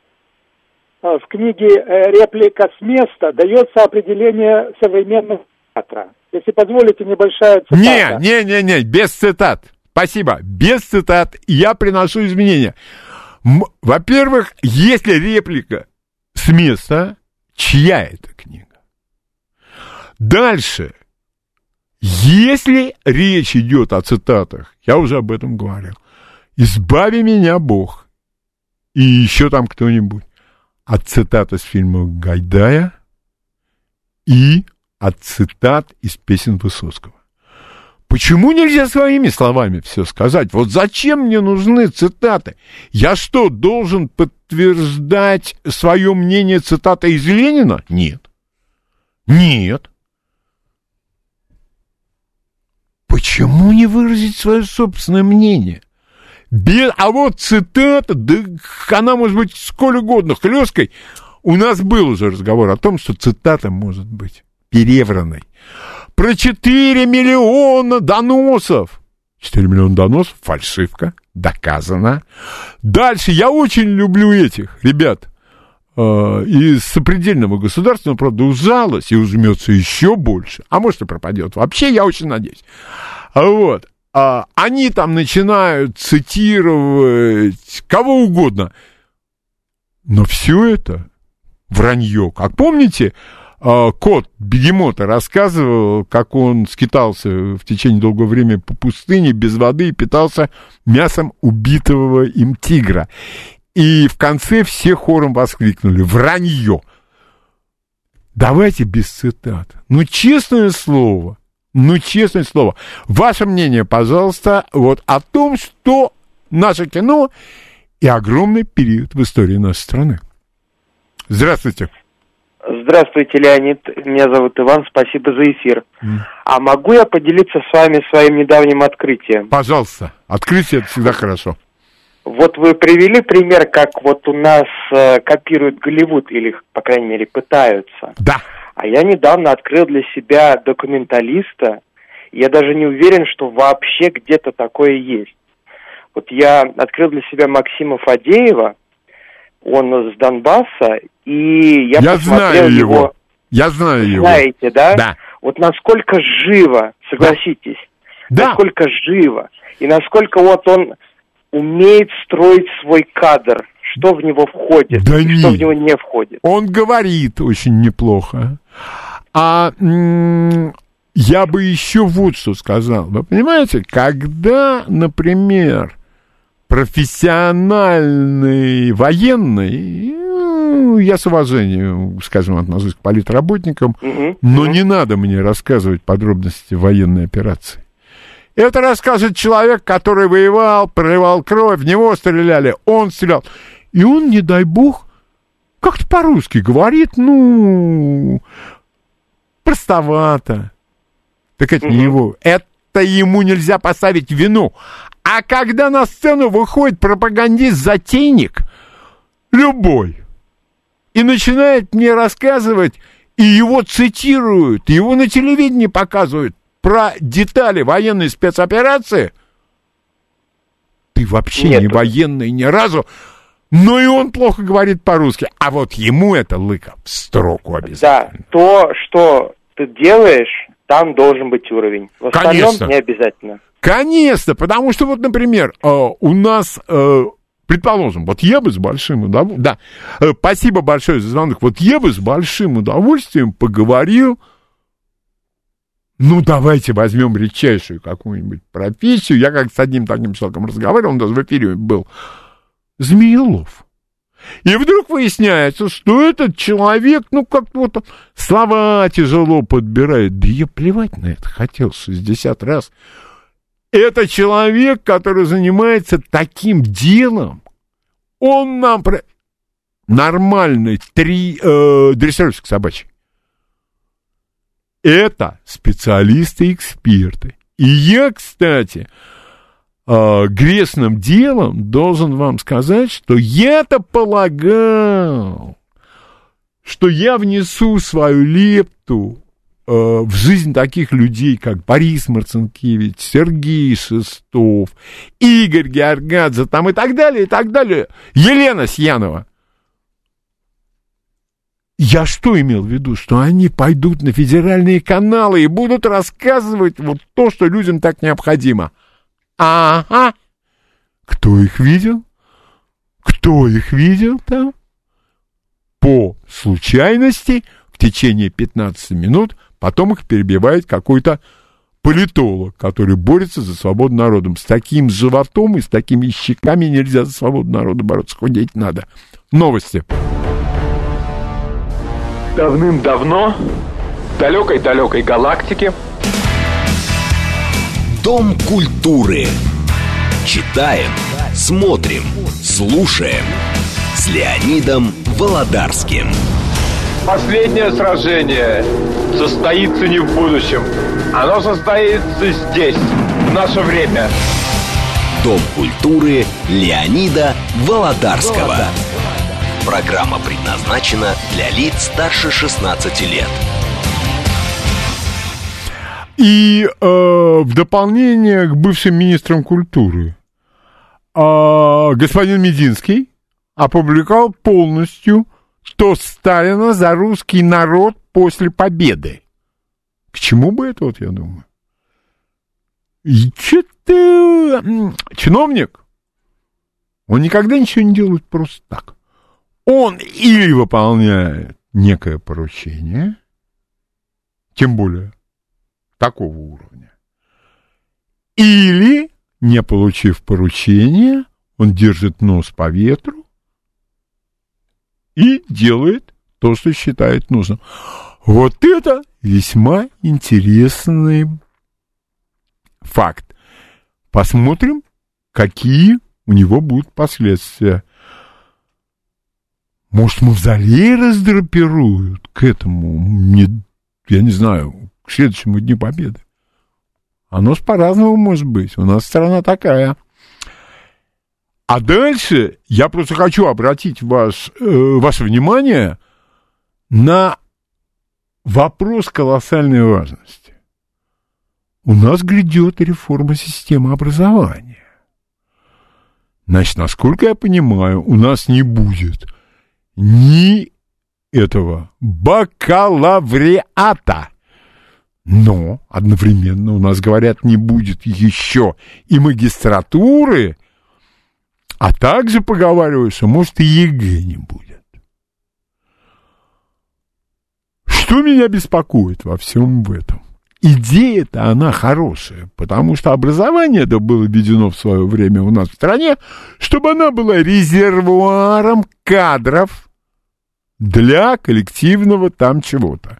«Реплика с места» дается определение современного театра. Если позволите, небольшая цитата. Не, без цитат. Спасибо. Без цитат я приношу изменения. Во-первых, если реплика с места, чья это книга? Дальше. Если речь идет о цитатах, я уже об этом говорил, «Избави меня, Бог», и еще там кто-нибудь, от цитат из фильма Гайдая и от цитат из песен Высоцкого. Почему нельзя своими словами все сказать? Вот зачем мне нужны цитаты? Я что, должен подтверждать свое мнение цитатой из Ленина? Нет. Почему не выразить свое собственное мнение? А вот цитата, да она может быть сколь угодно хлесткой. У нас был уже разговор о том, что цитата может быть перевранной. Про 4 миллиона доносов. 4 миллиона доносов, фальшивка, доказано. Дальше, я очень люблю этих ребят из сопредельного государства, но, правда, ужалось и ужмется еще больше. А может, и пропадет. Вообще, я очень надеюсь. Вот. Они там начинают цитировать кого угодно. Но все это вранье. Как помните, кот бегемота рассказывал, как он скитался в течение долгого времени по пустыне без воды и питался мясом убитого им тигра. И в конце все хором воскликнули: вранье! Давайте без цитат. Честное слово. Честное слово. Ваше мнение, пожалуйста, вот о том, что наше кино и огромный период в истории нашей страны. Здравствуйте. Здравствуйте, Леонид. Меня зовут Иван. Спасибо за эфир. А могу я поделиться с вами своим недавним открытием? Пожалуйста. Открытие — это всегда хорошо. Вот вы привели пример, как вот у нас копируют Голливуд, или, по крайней мере, пытаются. Да. А я недавно открыл для себя документалиста. Я даже не уверен, что вообще где-то такое есть. Вот я открыл для себя Максима Фадеева. Он с Донбасса, и я посмотрел его. Я знаю его. Знаете, да? Да. Вот насколько живо, согласитесь, да. Насколько живо, и насколько вот он умеет строить свой кадр, что в него входит, да и что в него не входит. Он говорит очень неплохо. Я бы еще вот что сказал. Вы понимаете, когда, например, профессиональный военный, я с уважением, скажем, отношусь к политработникам, но не надо мне рассказывать подробности военной операции. Это расскажет человек, который воевал, проливал кровь, в него стреляли, он стрелял. И он, не дай бог, как-то по-русски говорит, простовато. Так это не его. Это ему нельзя поставить вину. А когда на сцену выходит пропагандист-затейник, любой, и начинает мне рассказывать, и его цитируют, его на телевидении показывают про детали военной спецоперации, ты вообще не военный ни разу, но и он плохо говорит по-русски. А вот ему это лыка в строку обязательно. Да, то, что ты делаешь, там должен быть уровень. В остальном не обязательно. Конечно, потому что вот, например, у нас, предположим, вот я бы с большим удовольствием, да, спасибо большое за звонок, вот я бы с большим удовольствием поговорил, давайте возьмем редчайшую какую-нибудь профессию, я как с одним таким человеком разговаривал, он даже в эфире был, Змеелов. И вдруг выясняется, что этот человек, как-то вот слова тяжело подбирает, да я плевать на это хотел 60 раз. Это человек, который занимается таким делом. Он нам нормальный дрессировщик собачий. Это специалисты и эксперты. И я, кстати, грешным делом должен вам сказать, что я-то полагал, что я внесу свою лепту в жизнь таких людей, как Борис Марцинкевич, Сергей Шестов, Игорь Георгадзе, там и так далее, Елена Сьянова. Я что имел в виду? Что они пойдут на федеральные каналы и будут рассказывать вот то, что людям так необходимо. Ага. Кто их видел? Кто их видел там? По случайности в течение 15 минут потом их перебивает какой-то политолог, который борется за свободу народа. С таким животом и с такими щеками нельзя за свободу народа бороться. Худеть надо. Новости. Давным-давно в далекой-далекой галактике Дом культуры. Читаем, смотрим, слушаем с Леонидом Володарским. Последнее сражение состоится не в будущем. Оно состоится здесь, в наше время. Дом культуры Леонида Володарского. Программа предназначена для лиц старше 16 лет. И в дополнение к бывшим министрам культуры господин Мединский опубликовал полностью тост Сталина за русский народ после победы. К чему бы это, вот я думаю? И что-то чиновник, он никогда ничего не делает просто так. Он или выполняет некое поручение, тем более такого уровня. Или, не получив поручения, он держит нос по ветру и делает то, что считает нужным. Вот это весьма интересный факт. Посмотрим, какие у него будут последствия. Может, мавзолей раздрапируют к этому, я не знаю, к следующему Дню Победы. Оно по-разному может быть. У нас страна такая. А дальше я просто хочу обратить ваше внимание на вопрос колоссальной важности. У нас грядет реформа системы образования. Значит, насколько я понимаю, у нас не будет ни этого бакалавриата, но одновременно у нас, говорят, не будет еще и магистратуры, а также поговаривают, что, может, и ЕГЭ не будет. Что меня беспокоит во всем этом? Идея-то она хорошая, потому что образование-то было введено в свое время у нас в стране, чтобы оно было резервуаром кадров для коллективного там чего-то.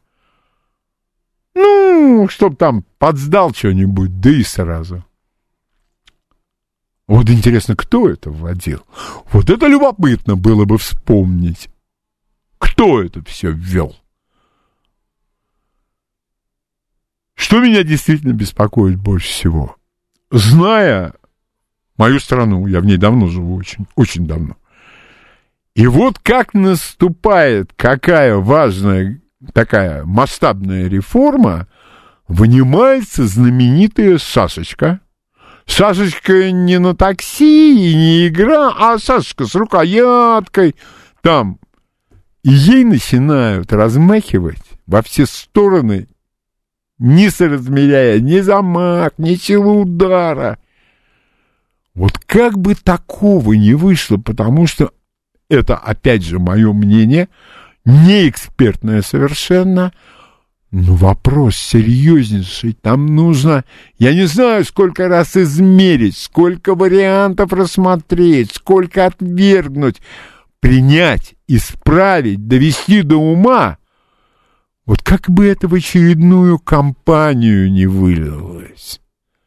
Ну, чтоб там подсдал что-нибудь, да и сразу. Вот интересно, кто это вводил? Вот это любопытно было бы вспомнить. Кто это все ввел? Что меня действительно беспокоит больше всего? Зная мою страну, я в ней давно живу, очень, очень давно. И вот как наступает какая важная, такая масштабная реформа, вынимается знаменитая шашечка. Шашечка не на такси, не игра, а шашечка с рукояткой там. И ей начинают размахивать во все стороны, не соразмеряя ни замах, ни силу удара. Вот как бы такого не вышло, потому что это, опять же, мое мнение, не экспертное совершенно, но вопрос серьезнейший. Там нужно, я не знаю, сколько раз измерить, сколько вариантов рассмотреть, сколько отвергнуть, принять, исправить, довести до ума. Вот как бы это в очередную кампанию не вылилось.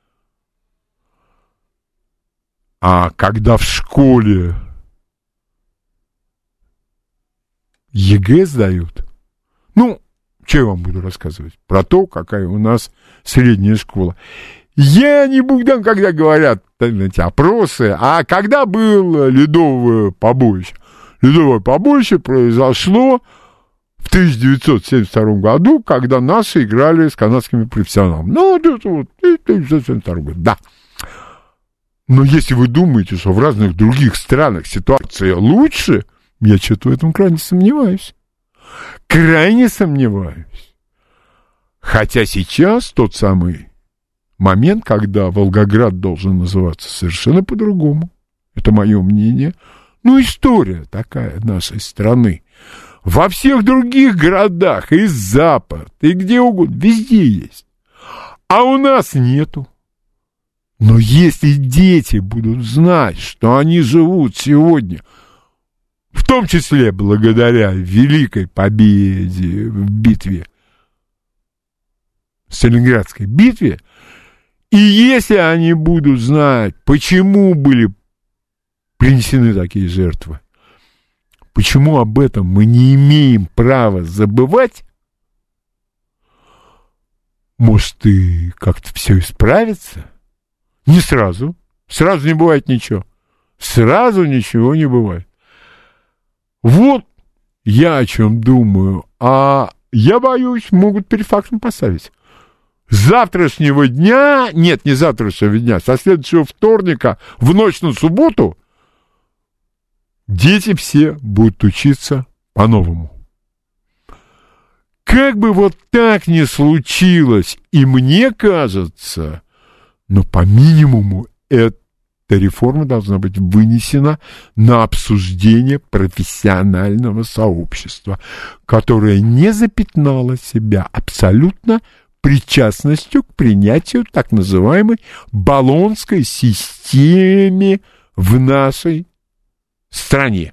А когда в школе ЕГЭ сдают, ну, что я вам буду рассказывать? Про то, какая у нас средняя школа. Я не буду, там, когда говорят, знаете, опросы, а когда было ледовое побоище? Ледовое побоище произошло в 1972 году, когда наши играли с канадскими профессионалами. Ну, это вот 1972 год, да. Но если вы думаете, что в разных других странах ситуация лучше, я что-то в этом крайне сомневаюсь. Крайне сомневаюсь. Хотя сейчас тот самый момент, когда Волгоград должен называться совершенно по-другому. Это мое мнение. Ну, история такая нашей страны. Во всех других городах, и Запад, и где угодно, везде есть. А у нас нету. Но если дети будут знать, что они живут сегодня, в том числе благодаря великой победе в битве, Сталинградской битве, и если они будут знать, почему были принесены такие жертвы, почему об этом мы не имеем права забывать, может, и как-то все исправится? Не сразу. Сразу не бывает ничего. Сразу ничего не бывает. Вот я о чем думаю. А я боюсь, могут перед фактом поставить. С завтрашнего дня, нет, не завтрашнего дня, со следующего вторника в ночь на субботу дети все будут учиться по-новому. Как бы вот так ни случилось, и мне кажется, но по минимуму это эта реформа должна быть вынесена на обсуждение профессионального сообщества, которое не запятнало себя абсолютно причастностью к принятию так называемой болонской системы в нашей стране.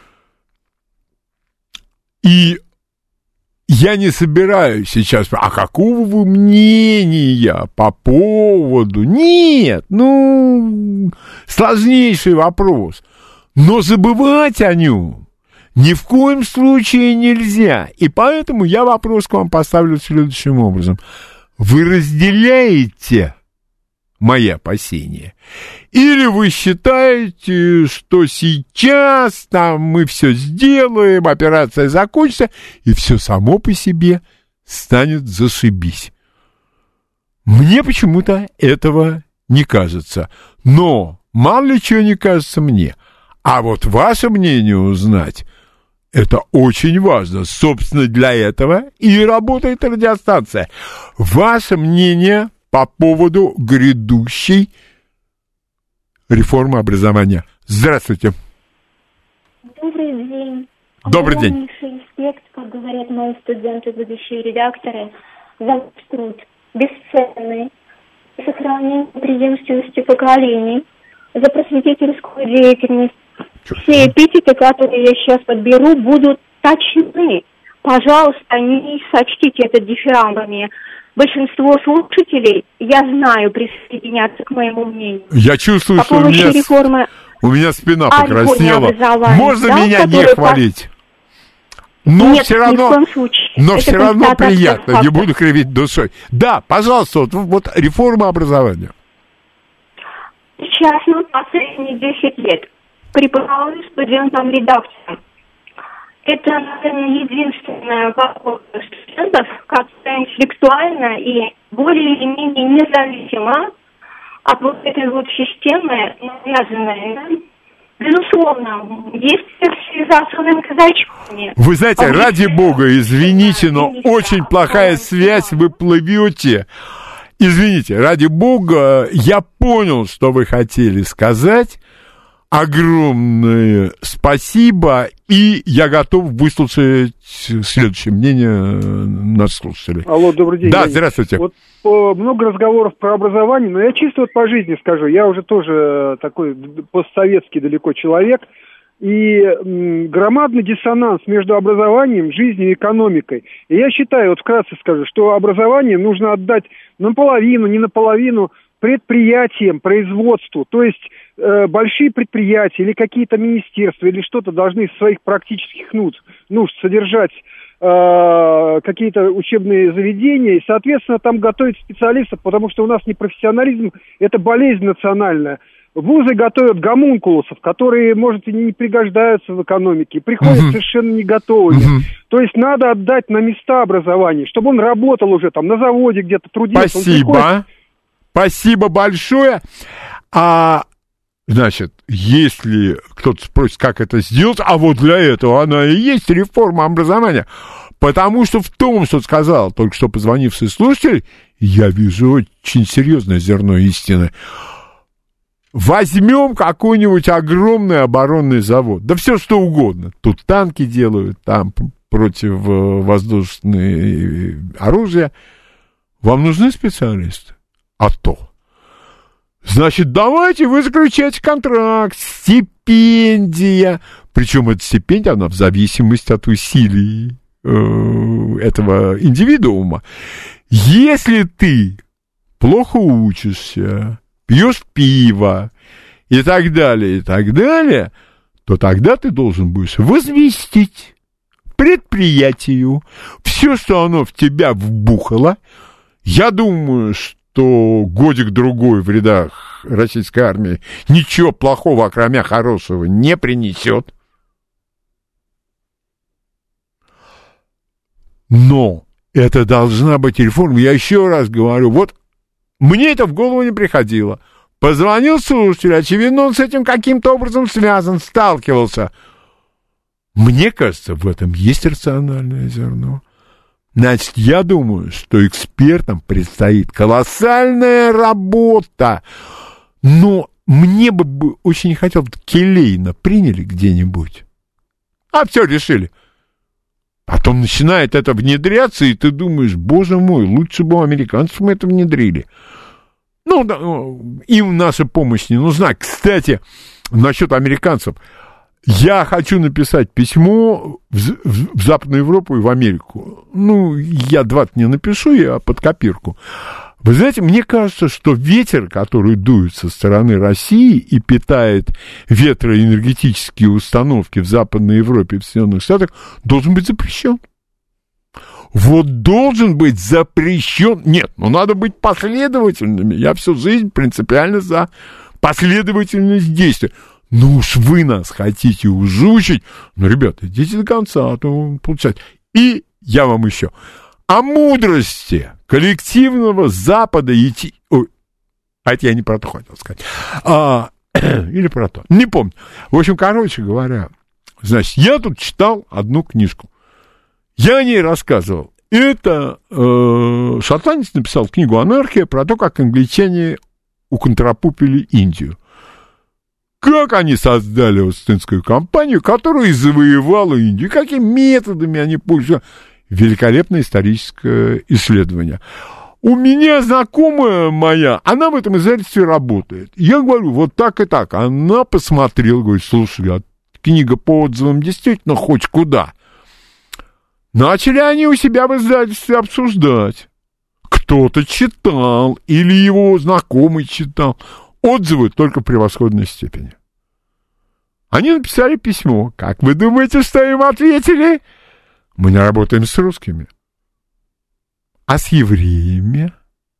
И я не собираюсь сейчас, а какого вы мнения по поводу? Нет, сложнейший вопрос. Но забывать о нем ни в коем случае нельзя. И поэтому я вопрос к вам поставлю следующим образом. Вы разделяете мои опасения? Или вы считаете, что сейчас там мы все сделаем, операция закончится, и все само по себе станет зашибись? Мне почему-то этого не кажется. Но мало ли чего не кажется мне. А вот ваше мнение узнать, это очень важно. Собственно, для этого и работает радиостанция. Ваше мнение по поводу грядущей реформы образования. Здравствуйте. Добрый день. Добрый день. Респект, как говорят мои студенты, будущие редакторы, за ваш труд. Бесценный. За сохранение преемственности поколений. За просветительскую деятельность. Все эпитеты, которые я сейчас подберу, будут точны. Пожалуйста, не сочтите это дифирамбами. Большинство слушателей, я знаю, присоединятся к моему мнению. Я чувствую, что у меня спина покраснела. Можно меня не хвалить? Но нет, все равно, ни в коем случае. но все равно приятно, факта. Не буду кривить душой. Да, пожалуйста, вот реформа образования. Сейчас, последние 10 лет преподаваю студентам-редакторам. Это, наверное, единственная подготовка студентов, которая интеллектуально и более или менее независимо от вот этой вот системы, навязанной нам. Безусловно, есть версии с особыми казачками. Вы знаете, ради бога, извините, но очень плохая связь, вы плывете. Извините, ради бога, я понял, что вы хотели сказать. Огромное спасибо, и я готов выслушать следующее мнение наших слушателей. Алло, добрый день. Да, здравствуйте. Вот много разговоров про образование, но я чисто вот по жизни скажу, я уже тоже такой постсоветский далеко человек, и громадный диссонанс между образованием, жизнью и экономикой. И я считаю, вот вкратце скажу, что образование нужно отдать наполовину, не наполовину предприятиям, производству, то есть большие предприятия или какие-то министерства или что-то должны из своих практических нужд содержать какие-то учебные заведения и, соответственно, там готовить специалистов, потому что у нас непрофессионализм – это болезнь национальная. Вузы готовят гомункулусов, которые, может, и не пригождаются в экономике, приходят совершенно не готовыми. То есть надо отдать на места образования, чтобы он работал уже там на заводе где-то, трудился. Спасибо. Спасибо большое. Значит, если кто-то спросит, как это сделать, а вот для этого она и есть реформа образования. Потому что в том, что сказал только что позвонивший слушатель, я вижу очень серьезное зерно истины. Возьмем какой-нибудь огромный оборонный завод, да все что угодно. Тут танки делают, там противовоздушные оружия. Вам нужны специалисты? А то. Значит, давайте вы заключаете контракт, стипендия. Причем эта стипендия, она в зависимости от усилий этого индивидуума. Если ты плохо учишься, пьешь пиво и так далее, то тогда ты должен будешь возместить предприятию все, что оно в тебя вбухало. Я думаю, что годик-другой в рядах российской армии ничего плохого, окромя хорошего, не принесет. Но это должна быть реформа. Я еще раз говорю, вот мне это в голову не приходило. Позвонил слушатель, очевидно, он с этим каким-то образом связан, сталкивался. Мне кажется, в этом есть рациональное зерно. Значит, я думаю, что экспертам предстоит колоссальная работа. Но мне бы очень не хотел, Келейна приняли где-нибудь. А все, решили. Потом начинает это внедряться, и ты думаешь, боже мой, лучше бы у американцев мы это внедрили. Ну, да, им наша помощь не нужна. Кстати, насчет американцев. Я хочу написать письмо в Западную Европу и в Америку. Ну, я 20 не напишу, я под копирку. Вы знаете, мне кажется, что ветер, который дует со стороны России и питает ветроэнергетические установки в Западной Европе и в Соединенных Штатах, должен быть запрещен. Вот должен быть запрещен. Нет, ну надо быть последовательными. Я всю жизнь принципиально за последовательность действий. Ну уж вы нас хотите ужучить. Ну, ребята, идите до конца, а то получается. И я вам еще... О мудрости коллективного Запада идти... Ой, а это я не про то хотел сказать. Или про то. Не помню. В общем, короче говоря, значит, я тут читал одну книжку. Я о ней рассказывал. Это шотландец написал книгу «Анархия» про то, как англичане уконтрапупили Индию. Как они создали Остинскую компанию, которая и завоевала Индию. Какими методами они пользуются. Великолепное историческое исследование. У меня знакомая моя, она в этом издательстве работает. Я говорю, вот так и так. Она посмотрела, говорит, слушай, книга по отзывам действительно хоть куда. Начали они у себя в издательстве обсуждать. Кто-то читал, или его знакомый читал. Отзывы только в превосходной степени. Они написали письмо. Как вы думаете, что им ответили? Мы не работаем с русскими. А с евреями?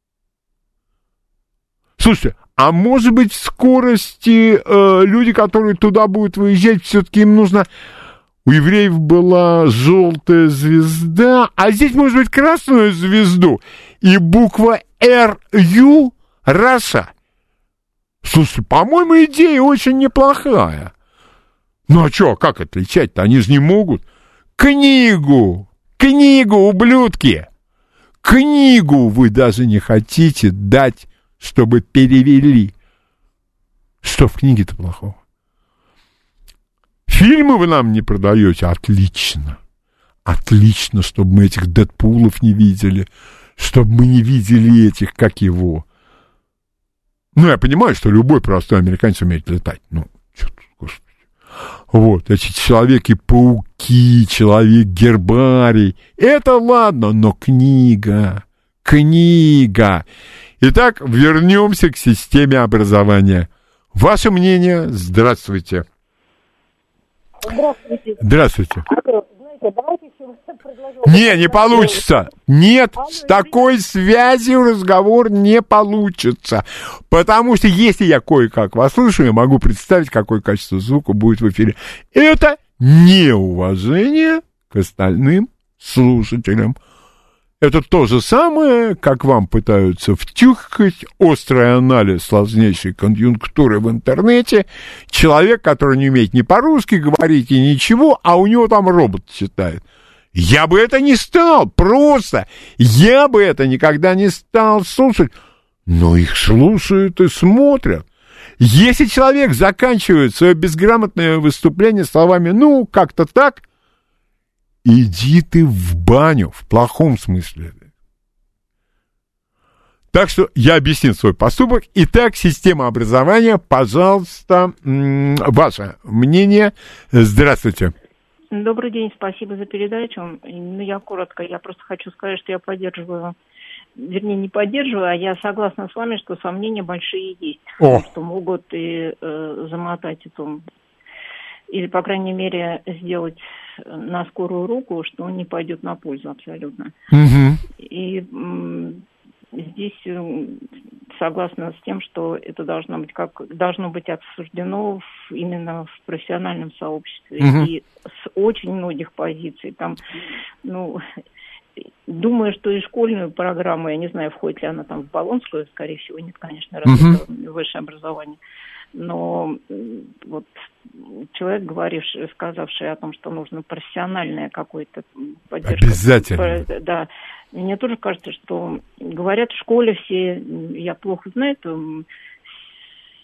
Слушайте, а может быть в скорости люди, которые туда будут выезжать, все-таки им нужно... У евреев была желтая звезда, а здесь может быть красную звезду. И буква РЮ Раша. Слушайте, по-моему, идея очень неплохая. Ну а что, как отличать-то? Они же не могут. Книгу, ублюдки! Книгу вы даже не хотите дать, чтобы перевели. Что в книге-то плохого? Фильмы вы нам не продаете? Отлично. Отлично, чтобы мы этих Дэдпулов не видели, чтобы мы не видели этих, как его. Ну, я понимаю, что любой простой американец умеет летать. Ну, что-то, господи. Вот, эти Человеки-пауки, Человек-гербарий. Это ладно, но книга. Итак, вернемся к системе образования. Ваше мнение? Здравствуйте. Здравствуйте. Не получится. Нет, с такой связью разговор не получится. Потому что если я кое-как вас слышу, я могу представить, какое качество звука будет в эфире. Это неуважение к остальным слушателям. Это то же самое, как вам пытаются втюхать острый анализ сложнейшей конъюнктуры в интернете. Человек, который не умеет ни по-русски говорить и ничего, а у него там робот читает. Я бы это не стал, просто. Я бы это никогда не стал слушать. Но их слушают и смотрят. Если человек заканчивает свое безграмотное выступление словами «ну, как-то так», иди ты в баню, в плохом смысле. Так что я объяснил свой поступок. Итак, система образования, пожалуйста, ваше мнение. Здравствуйте. Добрый день, спасибо за передачу. Ну, я коротко, я просто хочу сказать, что я поддерживаю, вернее, не поддерживаю, а я согласна с вами, что сомнения большие есть, что могут и замотать эту, или, по крайней мере, сделать на скорую руку, что он не пойдет на пользу абсолютно. И здесь согласна с тем, что это должно быть обсуждено именно в профессиональном сообществе и с очень многих позиций. Там, думаю, что и школьную программу, я не знаю, входит ли она там в Болонскую, скорее всего, нет, конечно, раз это высшее образование. Но вот человек, сказавший о том, что нужно профессиональное какое-то поддержка. Обязательно. Да. Мне тоже кажется, что говорят в школе все, я плохо знаю,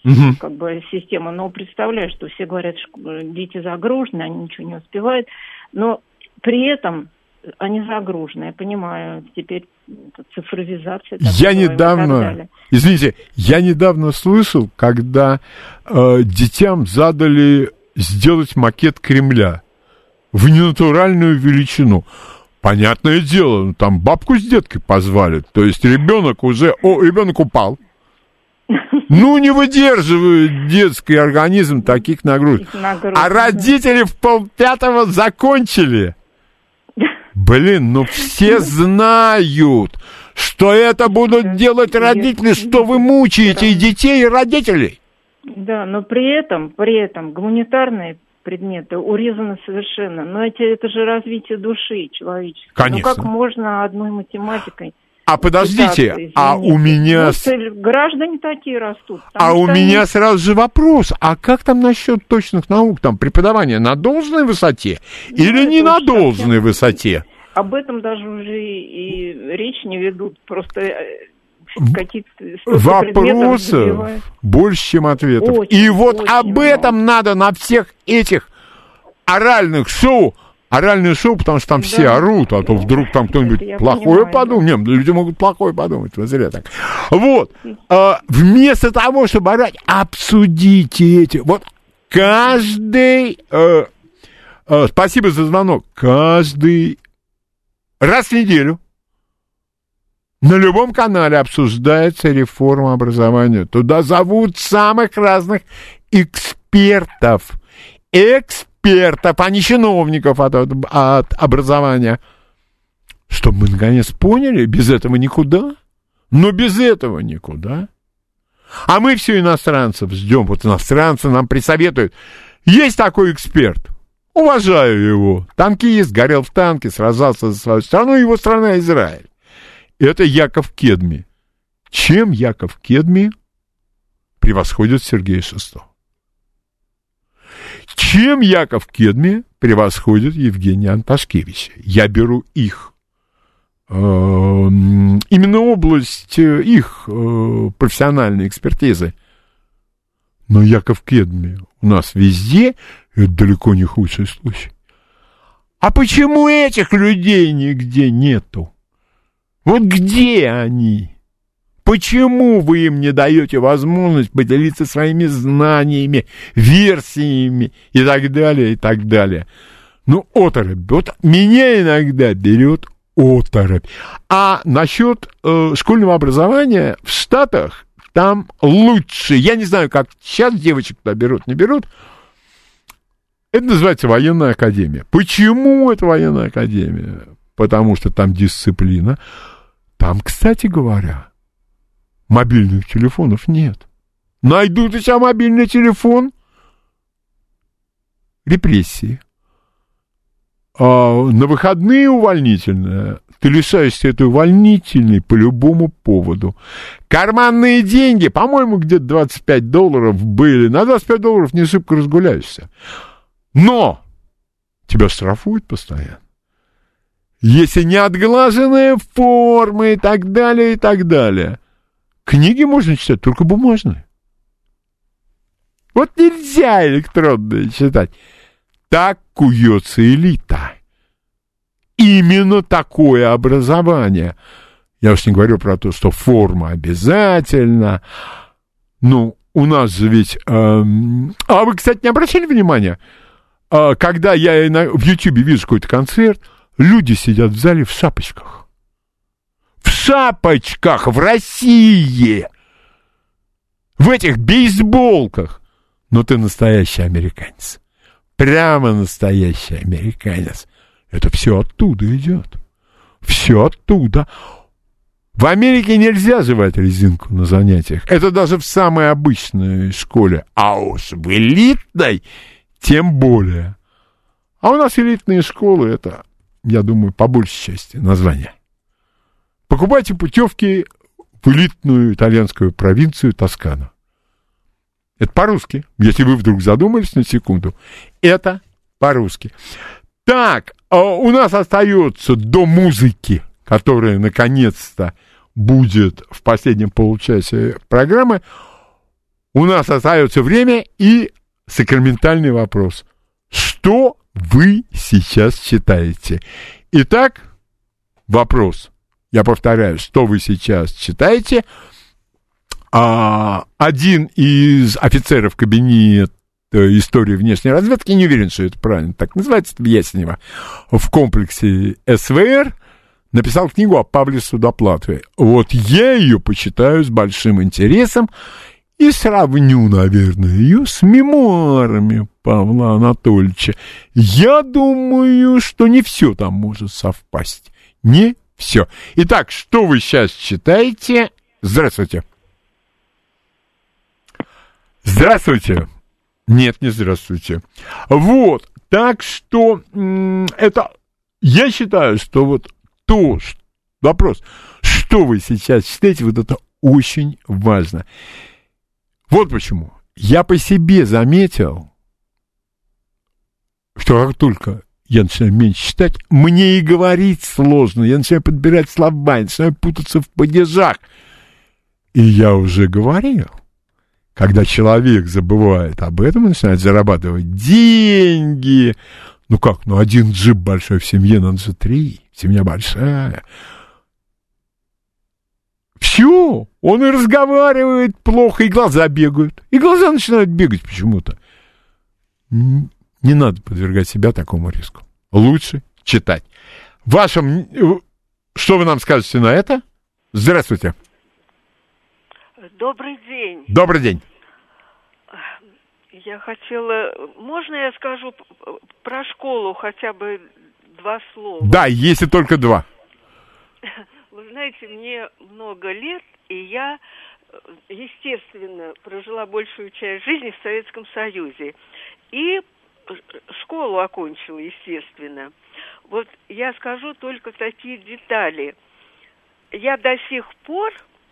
как бы система. Но представляю, что все говорят, что дети загружены, они ничего не успевают. Но при этом они загружены. Я понимаю, теперь цифровизация. Я недавно, извините, я недавно слышал, когда детям задали сделать макет Кремля в ненатуральную величину. Понятное дело, там бабку с деткой позвали. То есть ребенок уже... ребенок упал. Ну, не выдерживает детский организм таких нагрузок. А родители в 4:30 закончили. Блин, ну все знают, что это будут делать родители, что вы мучаете и детей, и родителей. Да, но при этом гуманитарные предметы урезаны совершенно. Но это же развитие души человеческой. Конечно. Ну как можно одной математикой? А подождите, у меня... Граждане такие растут. У меня сразу же вопрос, а как там насчет точных наук, там преподавание на должной высоте или не на должной высоте? Об этом даже уже и речь не ведут, просто какие-то... Вопросов больше, чем ответов. И вот об этом надо на всех этих оральных шоу, потому что там все орут, а то вдруг там кто-нибудь плохое подумает. Нет, люди могут плохое подумать, вы зря так. Вот, вместо того, чтобы орать, обсудите эти. Вот каждый, спасибо за звонок, каждый раз в неделю на любом канале обсуждается реформа образования. Туда зовут самых разных экспертов, а не чиновников от образования. Чтобы мы наконец поняли, без этого никуда. Но без этого никуда. А мы все иностранцев ждем. Вот иностранцы нам присоветуют. Есть такой эксперт. Уважаю его. Танкист, горел в танке, сражался за свою страну. Его страна Израиль. Это Яков Кедми. Чем Яков Кедми превосходит Сергея Шестого? Чем Яков Кедми превосходит Евгения Анташкевича? Я беру их. Именно область их профессиональной экспертизы. Но Яков Кедми у нас везде, это далеко не худший случай. А почему этих людей нигде нету? Вот где они? Почему вы им не даете возможность поделиться своими знаниями, версиями и так далее, и так далее? Ну, оторопь. Вот меня иногда берет оторопь. А насчет школьного образования в Штатах там лучше. Я не знаю, как сейчас девочек туда берут, не берут. Это называется военная академия. Почему это военная академия? Потому что там дисциплина. Там, кстати говоря, мобильных телефонов нет. Найдут у тебя мобильный телефон — репрессии. На выходные увольнительные. Ты лишаешься этой увольнительной по любому поводу. Карманные деньги, по-моему, где-то $25 были. На $25 не шибко разгуляешься. Но тебя штрафуют постоянно. Если не отглаженная форма и так далее, и так далее. Книги можно читать только бумажные. Вот нельзя электронные читать. Так куется элита. Именно такое образование. Я уж не говорю про то, что форма обязательно. Ну, у нас же ведь... А вы, кстати, не обращали внимания? Когда я в Ютьюбе вижу какой-то концерт, люди сидят в зале в шапочках. В шапочках! В России! В этих бейсболках! Но ты настоящий американец. Прямо настоящий американец. Это все оттуда идет. Все оттуда. В Америке нельзя жевать резинку на занятиях. Это даже в самой обычной школе. А уж в элитной тем более. А у нас элитные школы — это, я думаю, по большей части название. Покупайте путевки в элитную итальянскую провинцию Тоскана. Это по-русски, если вы вдруг задумались на секунду. Это по-русски. Так, у нас остается до музыки, которая наконец-то будет в последнем получасе программы, у нас остается время и сакраментальный вопрос. Что вы сейчас читаете? Итак, вопрос. Я повторяю, что вы сейчас читаете? Один из офицеров кабинета истории внешней разведки, не уверен, что это правильно так называется, в Яснево, в комплексе СВР, написал книгу о Павле Судоплатове. Вот я ее почитаю с большим интересом и сравню, наверное, ее с мемуарами Павла Анатольевича. Я думаю, что не все там может совпасть. Не все. Итак, что вы сейчас читаете? Здравствуйте. Здравствуйте. Нет, не здравствуйте. Вот, так что это, я считаю, что вот то, вопрос, что вы сейчас читаете, вот это очень важно. Вот почему. Я по себе заметил, что как только я начинаю меньше читать, мне и говорить сложно, я начинаю подбирать слова, я начинаю путаться в падежах. И я уже говорил, когда человек забывает об этом и начинает зарабатывать деньги, ну как, ну один джип большой в семье, надо же 3, семья большая. Все, он и разговаривает плохо, и глаза бегают. И глаза начинают бегать почему-то. Не надо подвергать себя такому риску. Лучше читать. Что вы нам скажете на это? Здравствуйте. Добрый день. Добрый день. Я хотела... Можно я скажу про школу хотя бы 2 слова? Да, если только 2. Вы знаете, мне много лет, и я, естественно, прожила большую часть жизни в Советском Союзе. И школу окончила, естественно. Вот я скажу только такие детали. Я до сих пор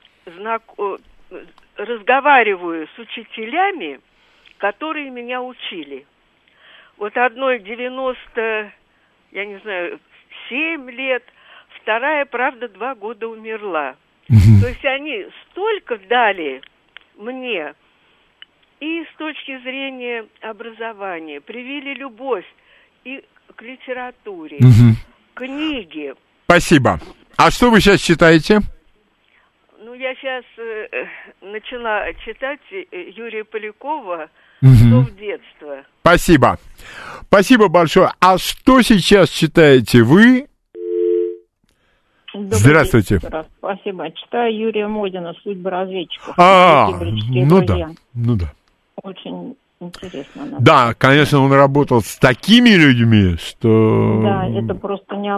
разговариваю с учителями, которые меня учили. Вот одной 90, я не знаю, 7 лет, вторая, правда, 2 года умерла. То есть они столько дали мне и с точки зрения образования, привили любовь и к литературе, книги. Спасибо. А что вы сейчас читаете? Ну, я сейчас начала читать Юрия Полякова «Зов детства». Спасибо. Спасибо большое. А что сейчас читаете вы? Здравствуйте. Вечер. Спасибо. Читаю Юрия Модина «Судьбы разведчиков». Ну да. Очень интересно. Да, конечно, он работал с такими людьми, что... Да, это просто не...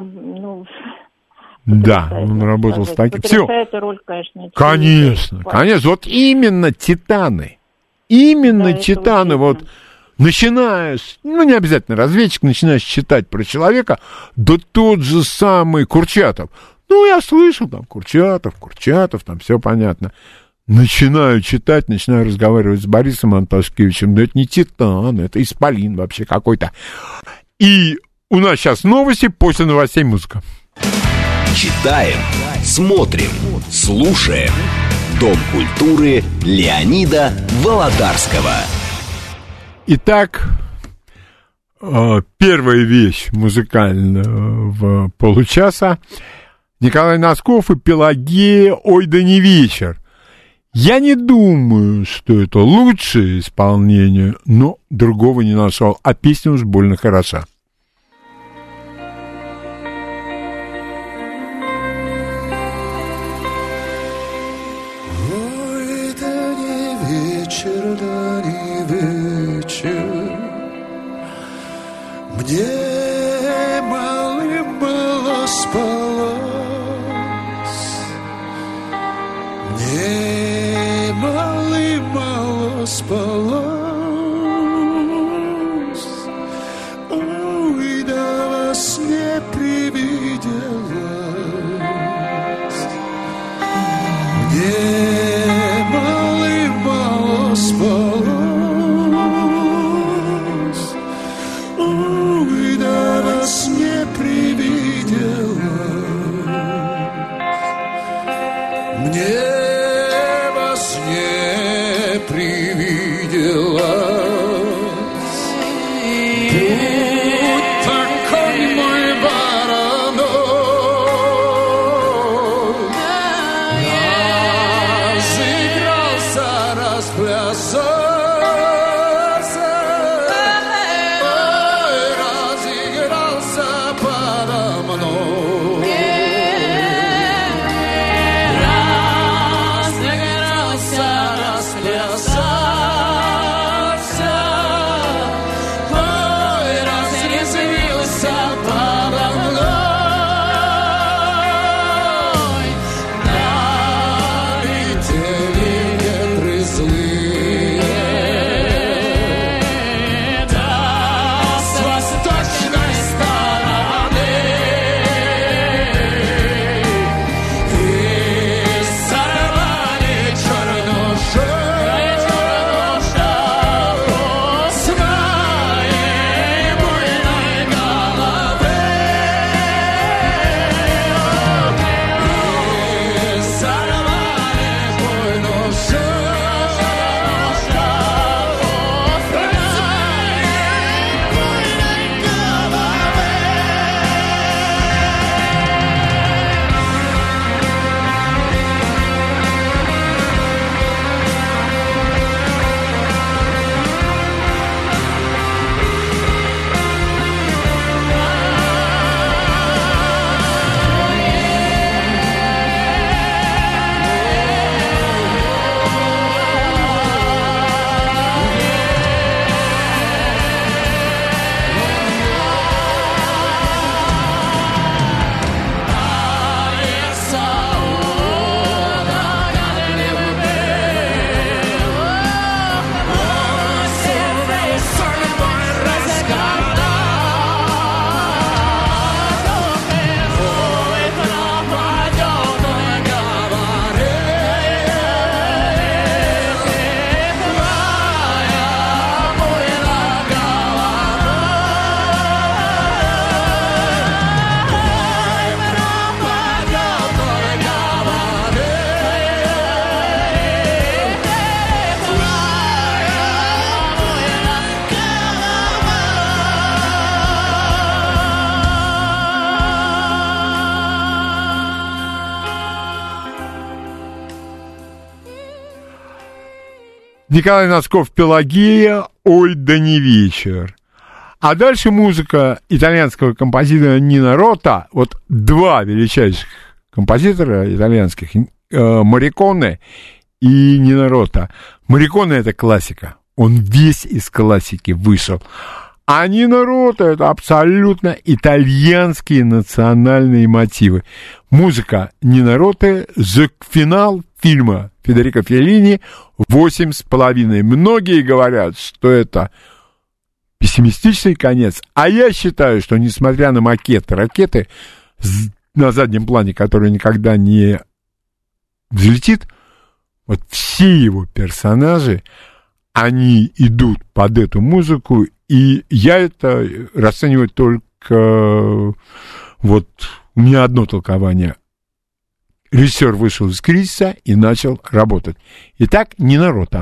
Да, он работал с такими... Все. Роль, конечно. Конечно. Вот именно титаны. Именно титаны. Вот начинаешь, ну не обязательно разведчик, начинаешь читать про человека, да тот же самый Курчатов. Ну, я слышал, там, Курчатов, там все понятно. Начинаю читать, начинаю разговаривать с Борисом Антошкевичем. Да это не титан, это исполин вообще какой-то. И у нас сейчас новости, после новостей музыка. Читаем, смотрим, слушаем. Дом культуры Леонида Володарского. Итак, первая вещь музыкальная в получаса. Николай Носков и Пелагея «Ой, да не вечер». Я не думаю, что это лучшее исполнение, но другого не нашел, а песня уж больно хороша. Ой, да не вечер, да не вечер, мне мало спалось, мне мало спалось, ой, да вас не привиделось, мне мало спалось. Николай Носков, Пелагея, ой, да не вечер. А дальше музыка итальянского композитора Нино Рота. Вот два величайших композитора итальянских, Морриконе и Нино Рота. Морриконе — это классика. Он весь из классики вышел. А Нино Рота — это абсолютно итальянские национальные мотивы. Музыка Нино Роты, финал фильма Федерико Феллини «8,5». Многие говорят, что это пессимистичный конец. А я считаю, что несмотря на ракеты на заднем плане, который никогда не взлетит, вот все его персонажи, они идут под эту музыку, и я это расцениваю только... Вот у меня одно толкование. Режиссер вышел из кризиса и начал работать. Итак, Нино Рота.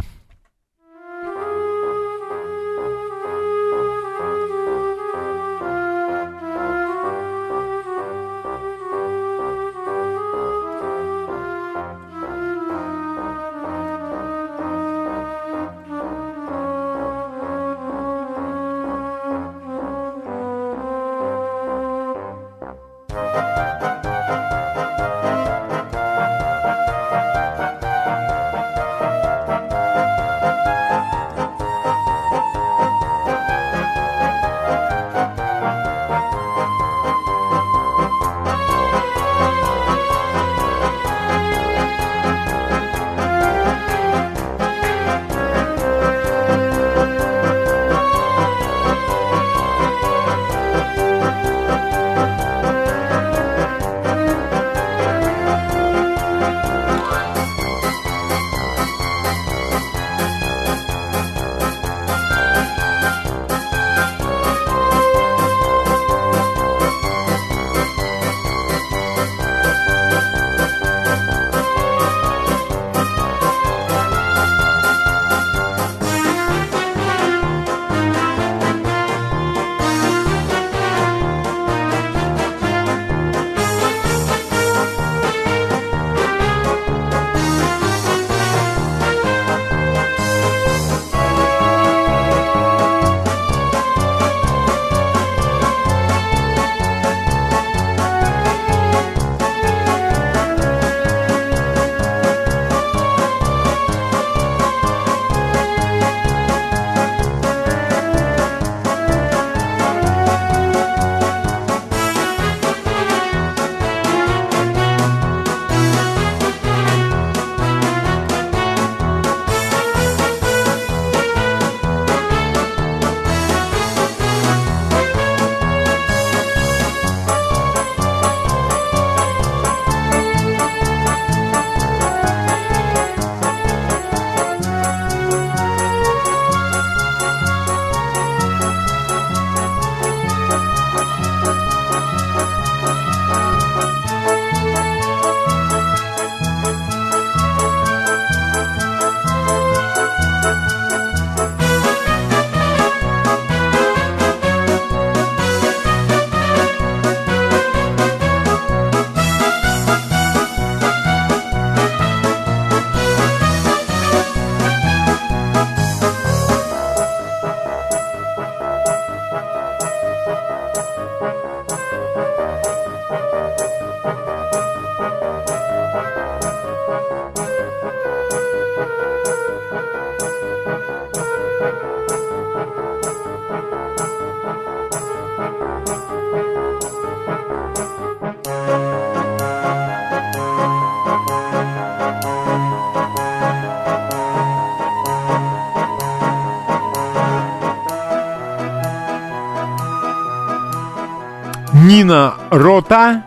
Нино Рота,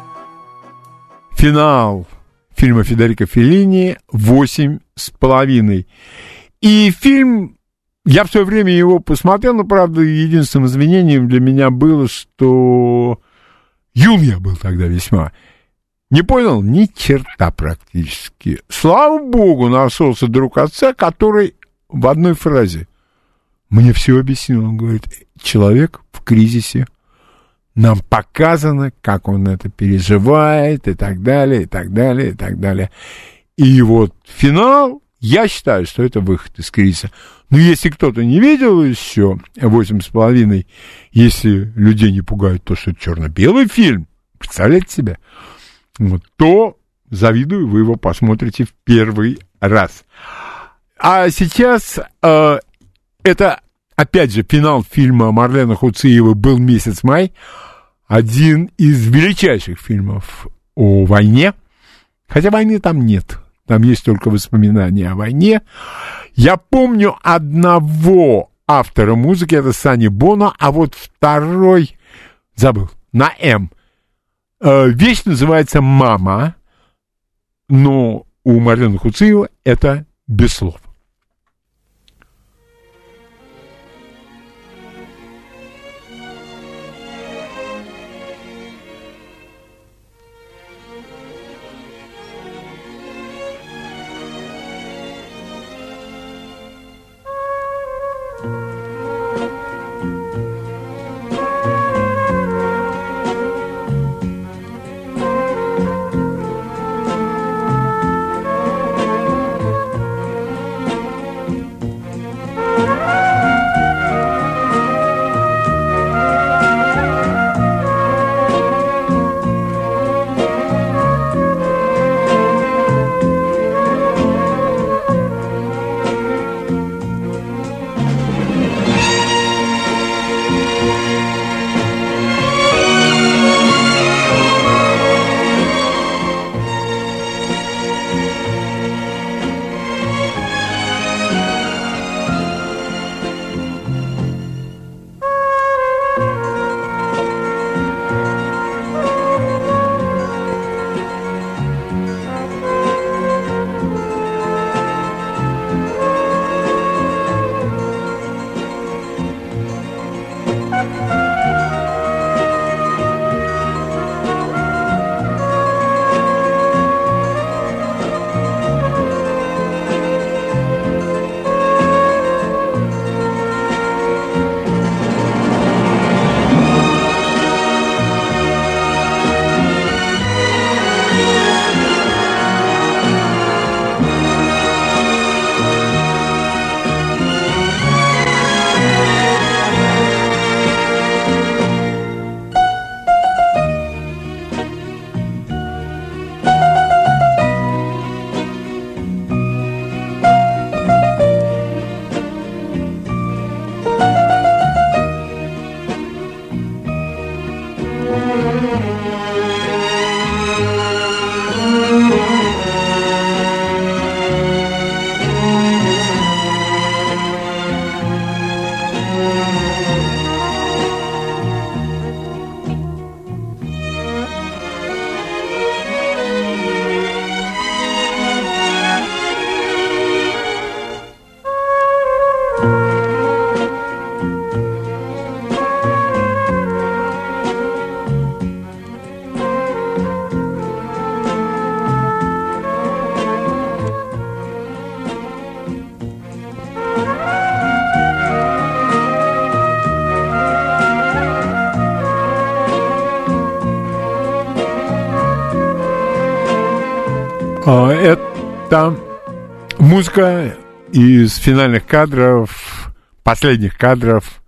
финал фильма Федерико Феллини «8,5». И фильм, я в свое время его посмотрел, но, правда, единственным извинением для меня было, что юн я был тогда весьма. Не понял ни черта практически. Слава богу, нашелся друг отца, который в одной фразе мне все объяснил. Он говорит: человек в кризисе, нам показано, как он это переживает, и так далее, и так далее, и так далее. И вот финал, Я считаю, что это выход из кризиса. Но если кто-то не видел еще 8,5, если людей не пугает то, что это черно-белый фильм, представляете себе, вот, то завидую, вы его посмотрите в первый раз. А сейчас это, опять же, финал фильма Марлена Хуциевой «Был месяц май», один из величайших фильмов о войне, хотя войны там нет. Там есть только воспоминания о войне. Я помню одного автора музыки, это Санни Боно, а вот второй, забыл, на «М». Вещь называется «Мама», но у Марлены Хуциевой это без слов. Это музыка из финальных кадров, последних кадров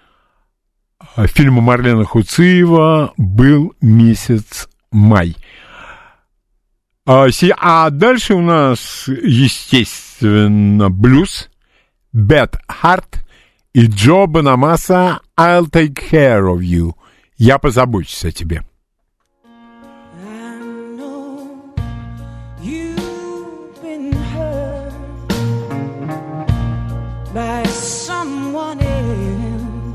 фильма Марлена Хуциева «Был месяц май». А дальше у нас, естественно, блюз, Bad Heart и Джо Бонамасса «I'll take care of you». Я позабочусь о тебе. By someone else,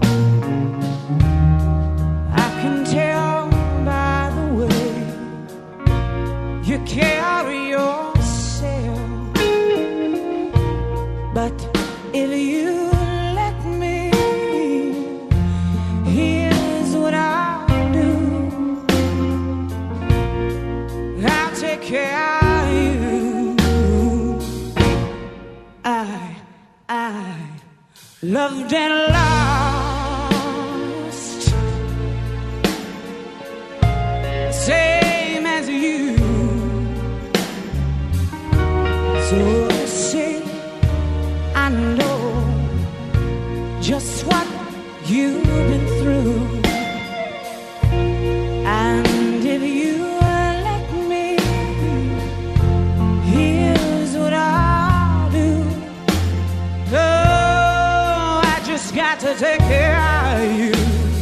I can tell by the way you carry yourself. But if you let me, here's what I'll do. I'll take care of you. I loved and lost, same as you. So say you've been through. And if you let me, here's what I'll do. Oh, I just got to take care of you.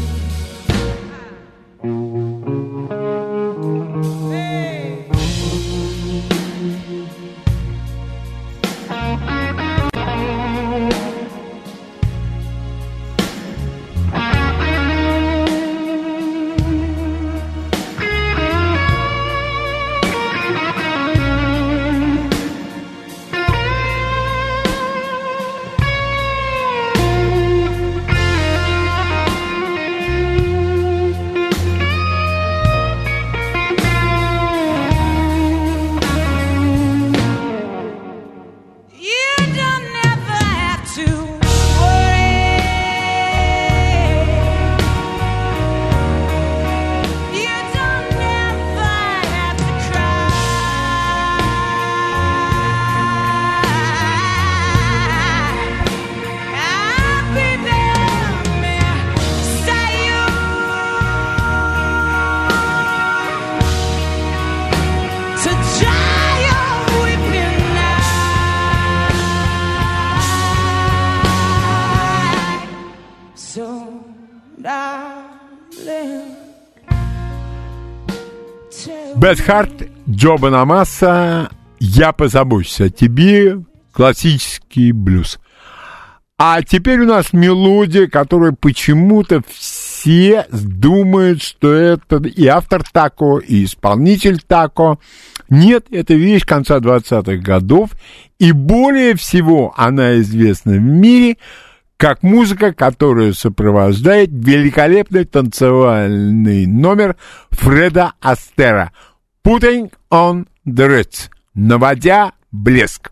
Бет Харт, Джо Бонамасса, «Я позабочусь о тебе», классический блюз. А теперь у нас мелодия, которую почему-то все думают, что это и автор тако, и исполнитель тако. Нет, это вещь конца 20-х годов, и более всего она известна в мире как музыка, которая сопровождает великолепный танцевальный номер Фреда Астера «Putting on the Ritz», наводя блеск.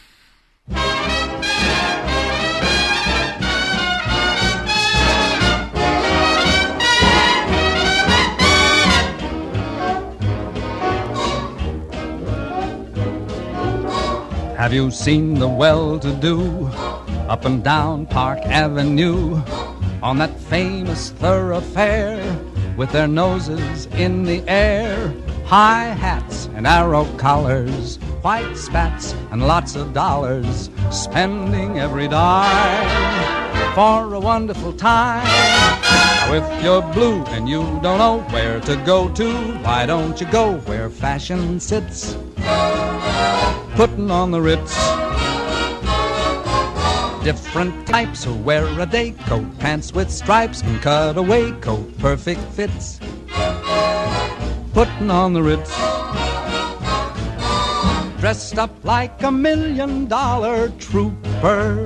Have you seen the well-to-do up and down Park Avenue on that famous thoroughfare with their noses in the air? High hats and arrow collars, white spats and lots of dollars, spending every dime for a wonderful time. Now if you're blue and you don't know where to go to, why don't you go where fashion sits, putting on the Ritz. Different types who wear a day coat, pants with stripes and cutaway coat, perfect fits, putting on the Ritz. Dressed up like $1 million trooper,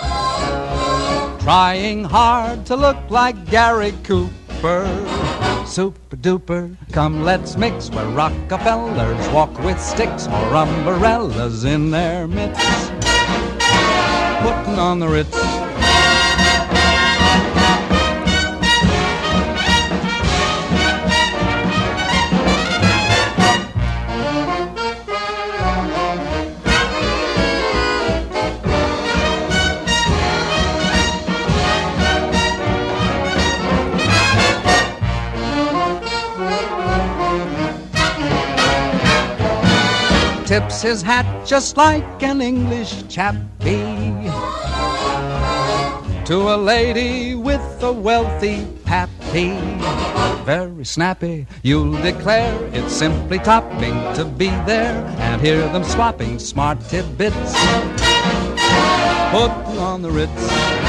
trying hard to look like Gary Cooper. Super duper, come let's mix where Rockefellers walk with sticks or umbrellas in their mitts, putting on the Ritz. Tips his hat just like an English chappie to a lady with a wealthy pappy. Very snappy, you'll declare it's simply topping to be there and hear them swapping smart tidbits, putting on the Ritz.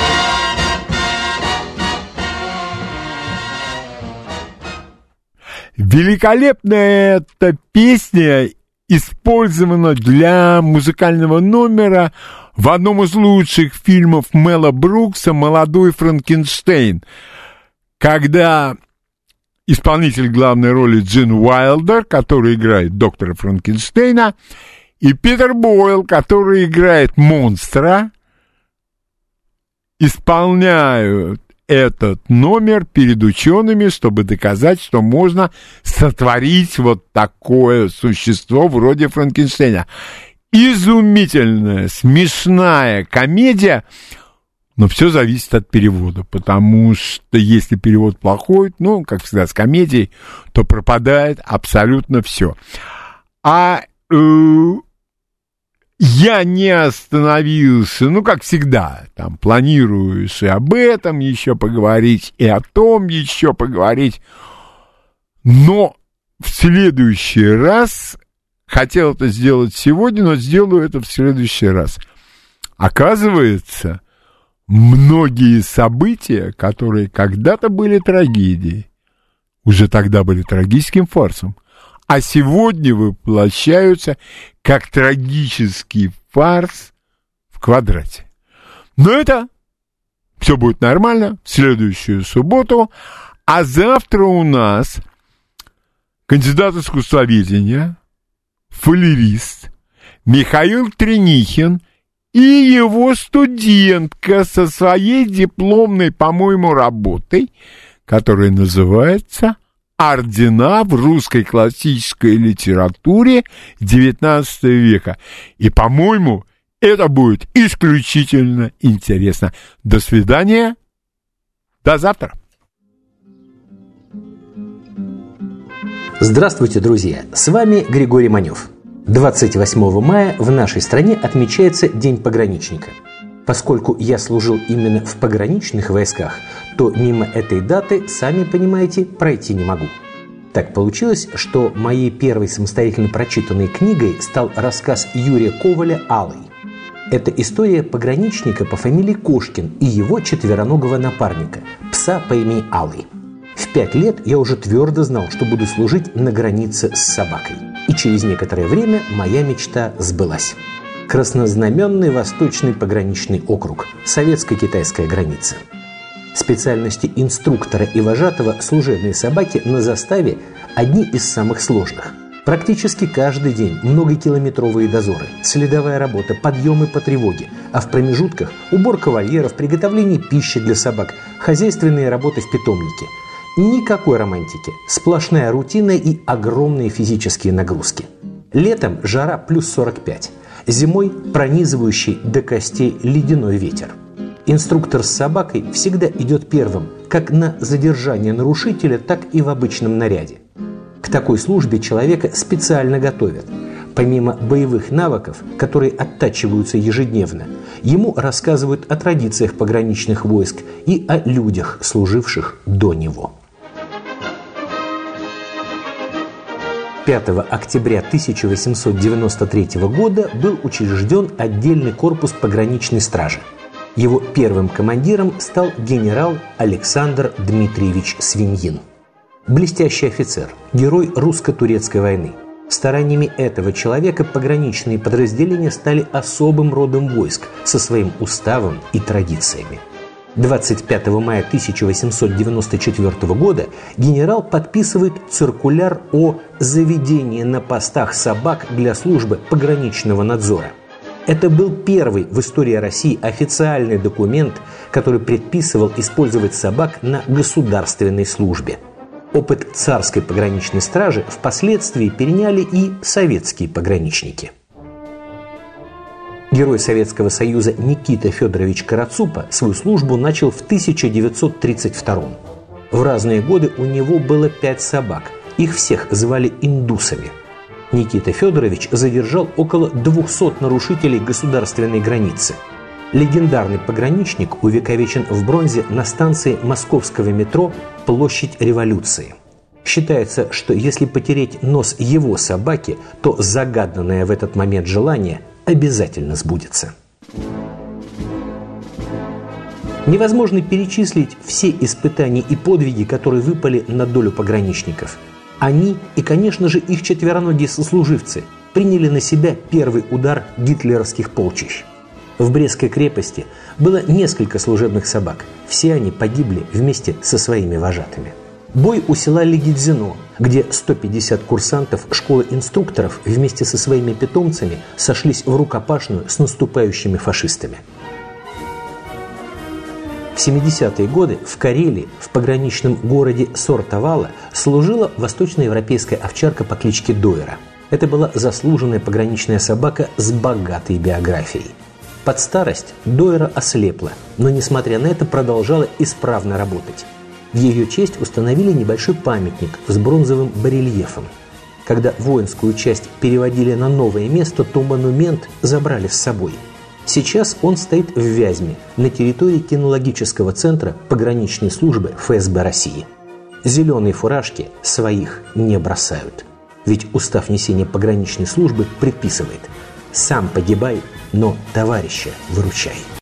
Великолепная эта песня использована для музыкального номера в одном из лучших фильмов Мела Брукса «Молодой Франкенштейн», когда исполнитель главной роли Джин Уайлдер, который играет доктора Франкенштейна, и Питер Бойл, который играет монстра, исполняют этот номер перед учеными, чтобы доказать, что можно сотворить вот такое существо вроде Франкенштейна. Изумительная, смешная комедия. Но все зависит от перевода, потому что если перевод плохой, ну, как всегда, с комедией, то пропадает абсолютно все. А я не остановился, ну, как всегда, там, планируешь и об этом еще поговорить, и о том еще поговорить, но в следующий раз, хотел это сделать сегодня, но сделаю это в следующий раз. Оказывается, многие события, которые когда-то были трагедией, уже тогда были трагическим фарсом, а сегодня воплощаются как трагический фарс в квадрате. Но это все будет нормально в следующую субботу, а завтра у нас кандидат искусствоведения, фолерист Михаил Тренихин и его студентка со своей дипломной, по-моему, работой, которая называется «Ордена в русской классической литературе XIX века». И, по-моему, это будет исключительно интересно. До свидания. До завтра. Здравствуйте, друзья! С вами Григорий Манев. 28 мая в нашей стране отмечается День пограничника. Поскольку я служил именно в пограничных войсках, то мимо этой даты, сами понимаете, пройти не могу. Так получилось, что моей первой самостоятельно прочитанной книгой стал рассказ Юрия Коваля «Алый». Это история пограничника по фамилии Кошкин и его четвероногого напарника, пса по имени Алый. В 5 лет я уже твердо знал, что буду служить на границе с собакой. И через некоторое время моя мечта сбылась. Краснознаменный Восточный пограничный округ, советско-китайская граница. Специальности инструктора и вожатого служебные собаки на заставе одни из самых сложных. Практически каждый день многокилометровые дозоры, следовая работа, подъемы по тревоге, а в промежутках уборка вольеров, приготовление пищи для собак, хозяйственные работы в питомнике. Никакой романтики, сплошная рутина и огромные физические нагрузки. Летом жара плюс 45, зимой пронизывающий до костей ледяной ветер. Инструктор с собакой всегда идет первым, как на задержание нарушителя, так и в обычном наряде. К такой службе человека специально готовят. Помимо боевых навыков, которые оттачиваются ежедневно, ему рассказывают о традициях пограничных войск и о людях, служивших до него. 5 октября 1893 года был учрежден отдельный корпус пограничной стражи. Его первым командиром стал генерал Александр Дмитриевич Свиньин. Блестящий офицер, герой русско-турецкой войны. Стараниями этого человека пограничные подразделения стали особым родом войск со своим уставом и традициями. 25 мая 1894 года генерал подписывает циркуляр о заведении на постах собак для службы пограничного надзора. Это был первый в истории России официальный документ, который предписывал использовать собак на государственной службе. Опыт царской пограничной стражи впоследствии переняли и советские пограничники. Герой Советского Союза Никита Федорович Карацупа свою службу начал в 1932. В разные годы у него было 5 собак. Их всех звали индусами. Никита Федорович задержал около 200 нарушителей государственной границы. Легендарный пограничник увековечен в бронзе на станции московского метро «Площадь Революции». Считается, что если потереть нос его собаки, то загаданное в этот момент желание обязательно сбудется. Невозможно перечислить все испытания и подвиги, которые выпали на долю пограничников. Они и, конечно же, их четвероногие сослуживцы приняли на себя первый удар гитлеровских полчищ. В Брестской крепости было несколько служебных собак. Все они погибли вместе со своими вожатыми. Бой у села Легидзино, где 150 курсантов школы инструкторов вместе со своими питомцами сошлись в рукопашную с наступающими фашистами. В 70-е годы в Карелии, в пограничном городе Сортавала, служила восточноевропейская овчарка по кличке Дойра. Это была заслуженная пограничная собака с богатой биографией. Под старость Дойра ослепла, но, несмотря на это, продолжала исправно работать. В ее честь установили небольшой памятник с бронзовым барельефом. Когда воинскую часть переводили на новое место, то монумент забрали с собой. Сейчас он стоит в Вязьме, на территории кинологического центра пограничной службы ФСБ России. Зеленые фуражки своих не бросают. Ведь устав несения пограничной службы предписывает: сам погибай, но товарища выручай.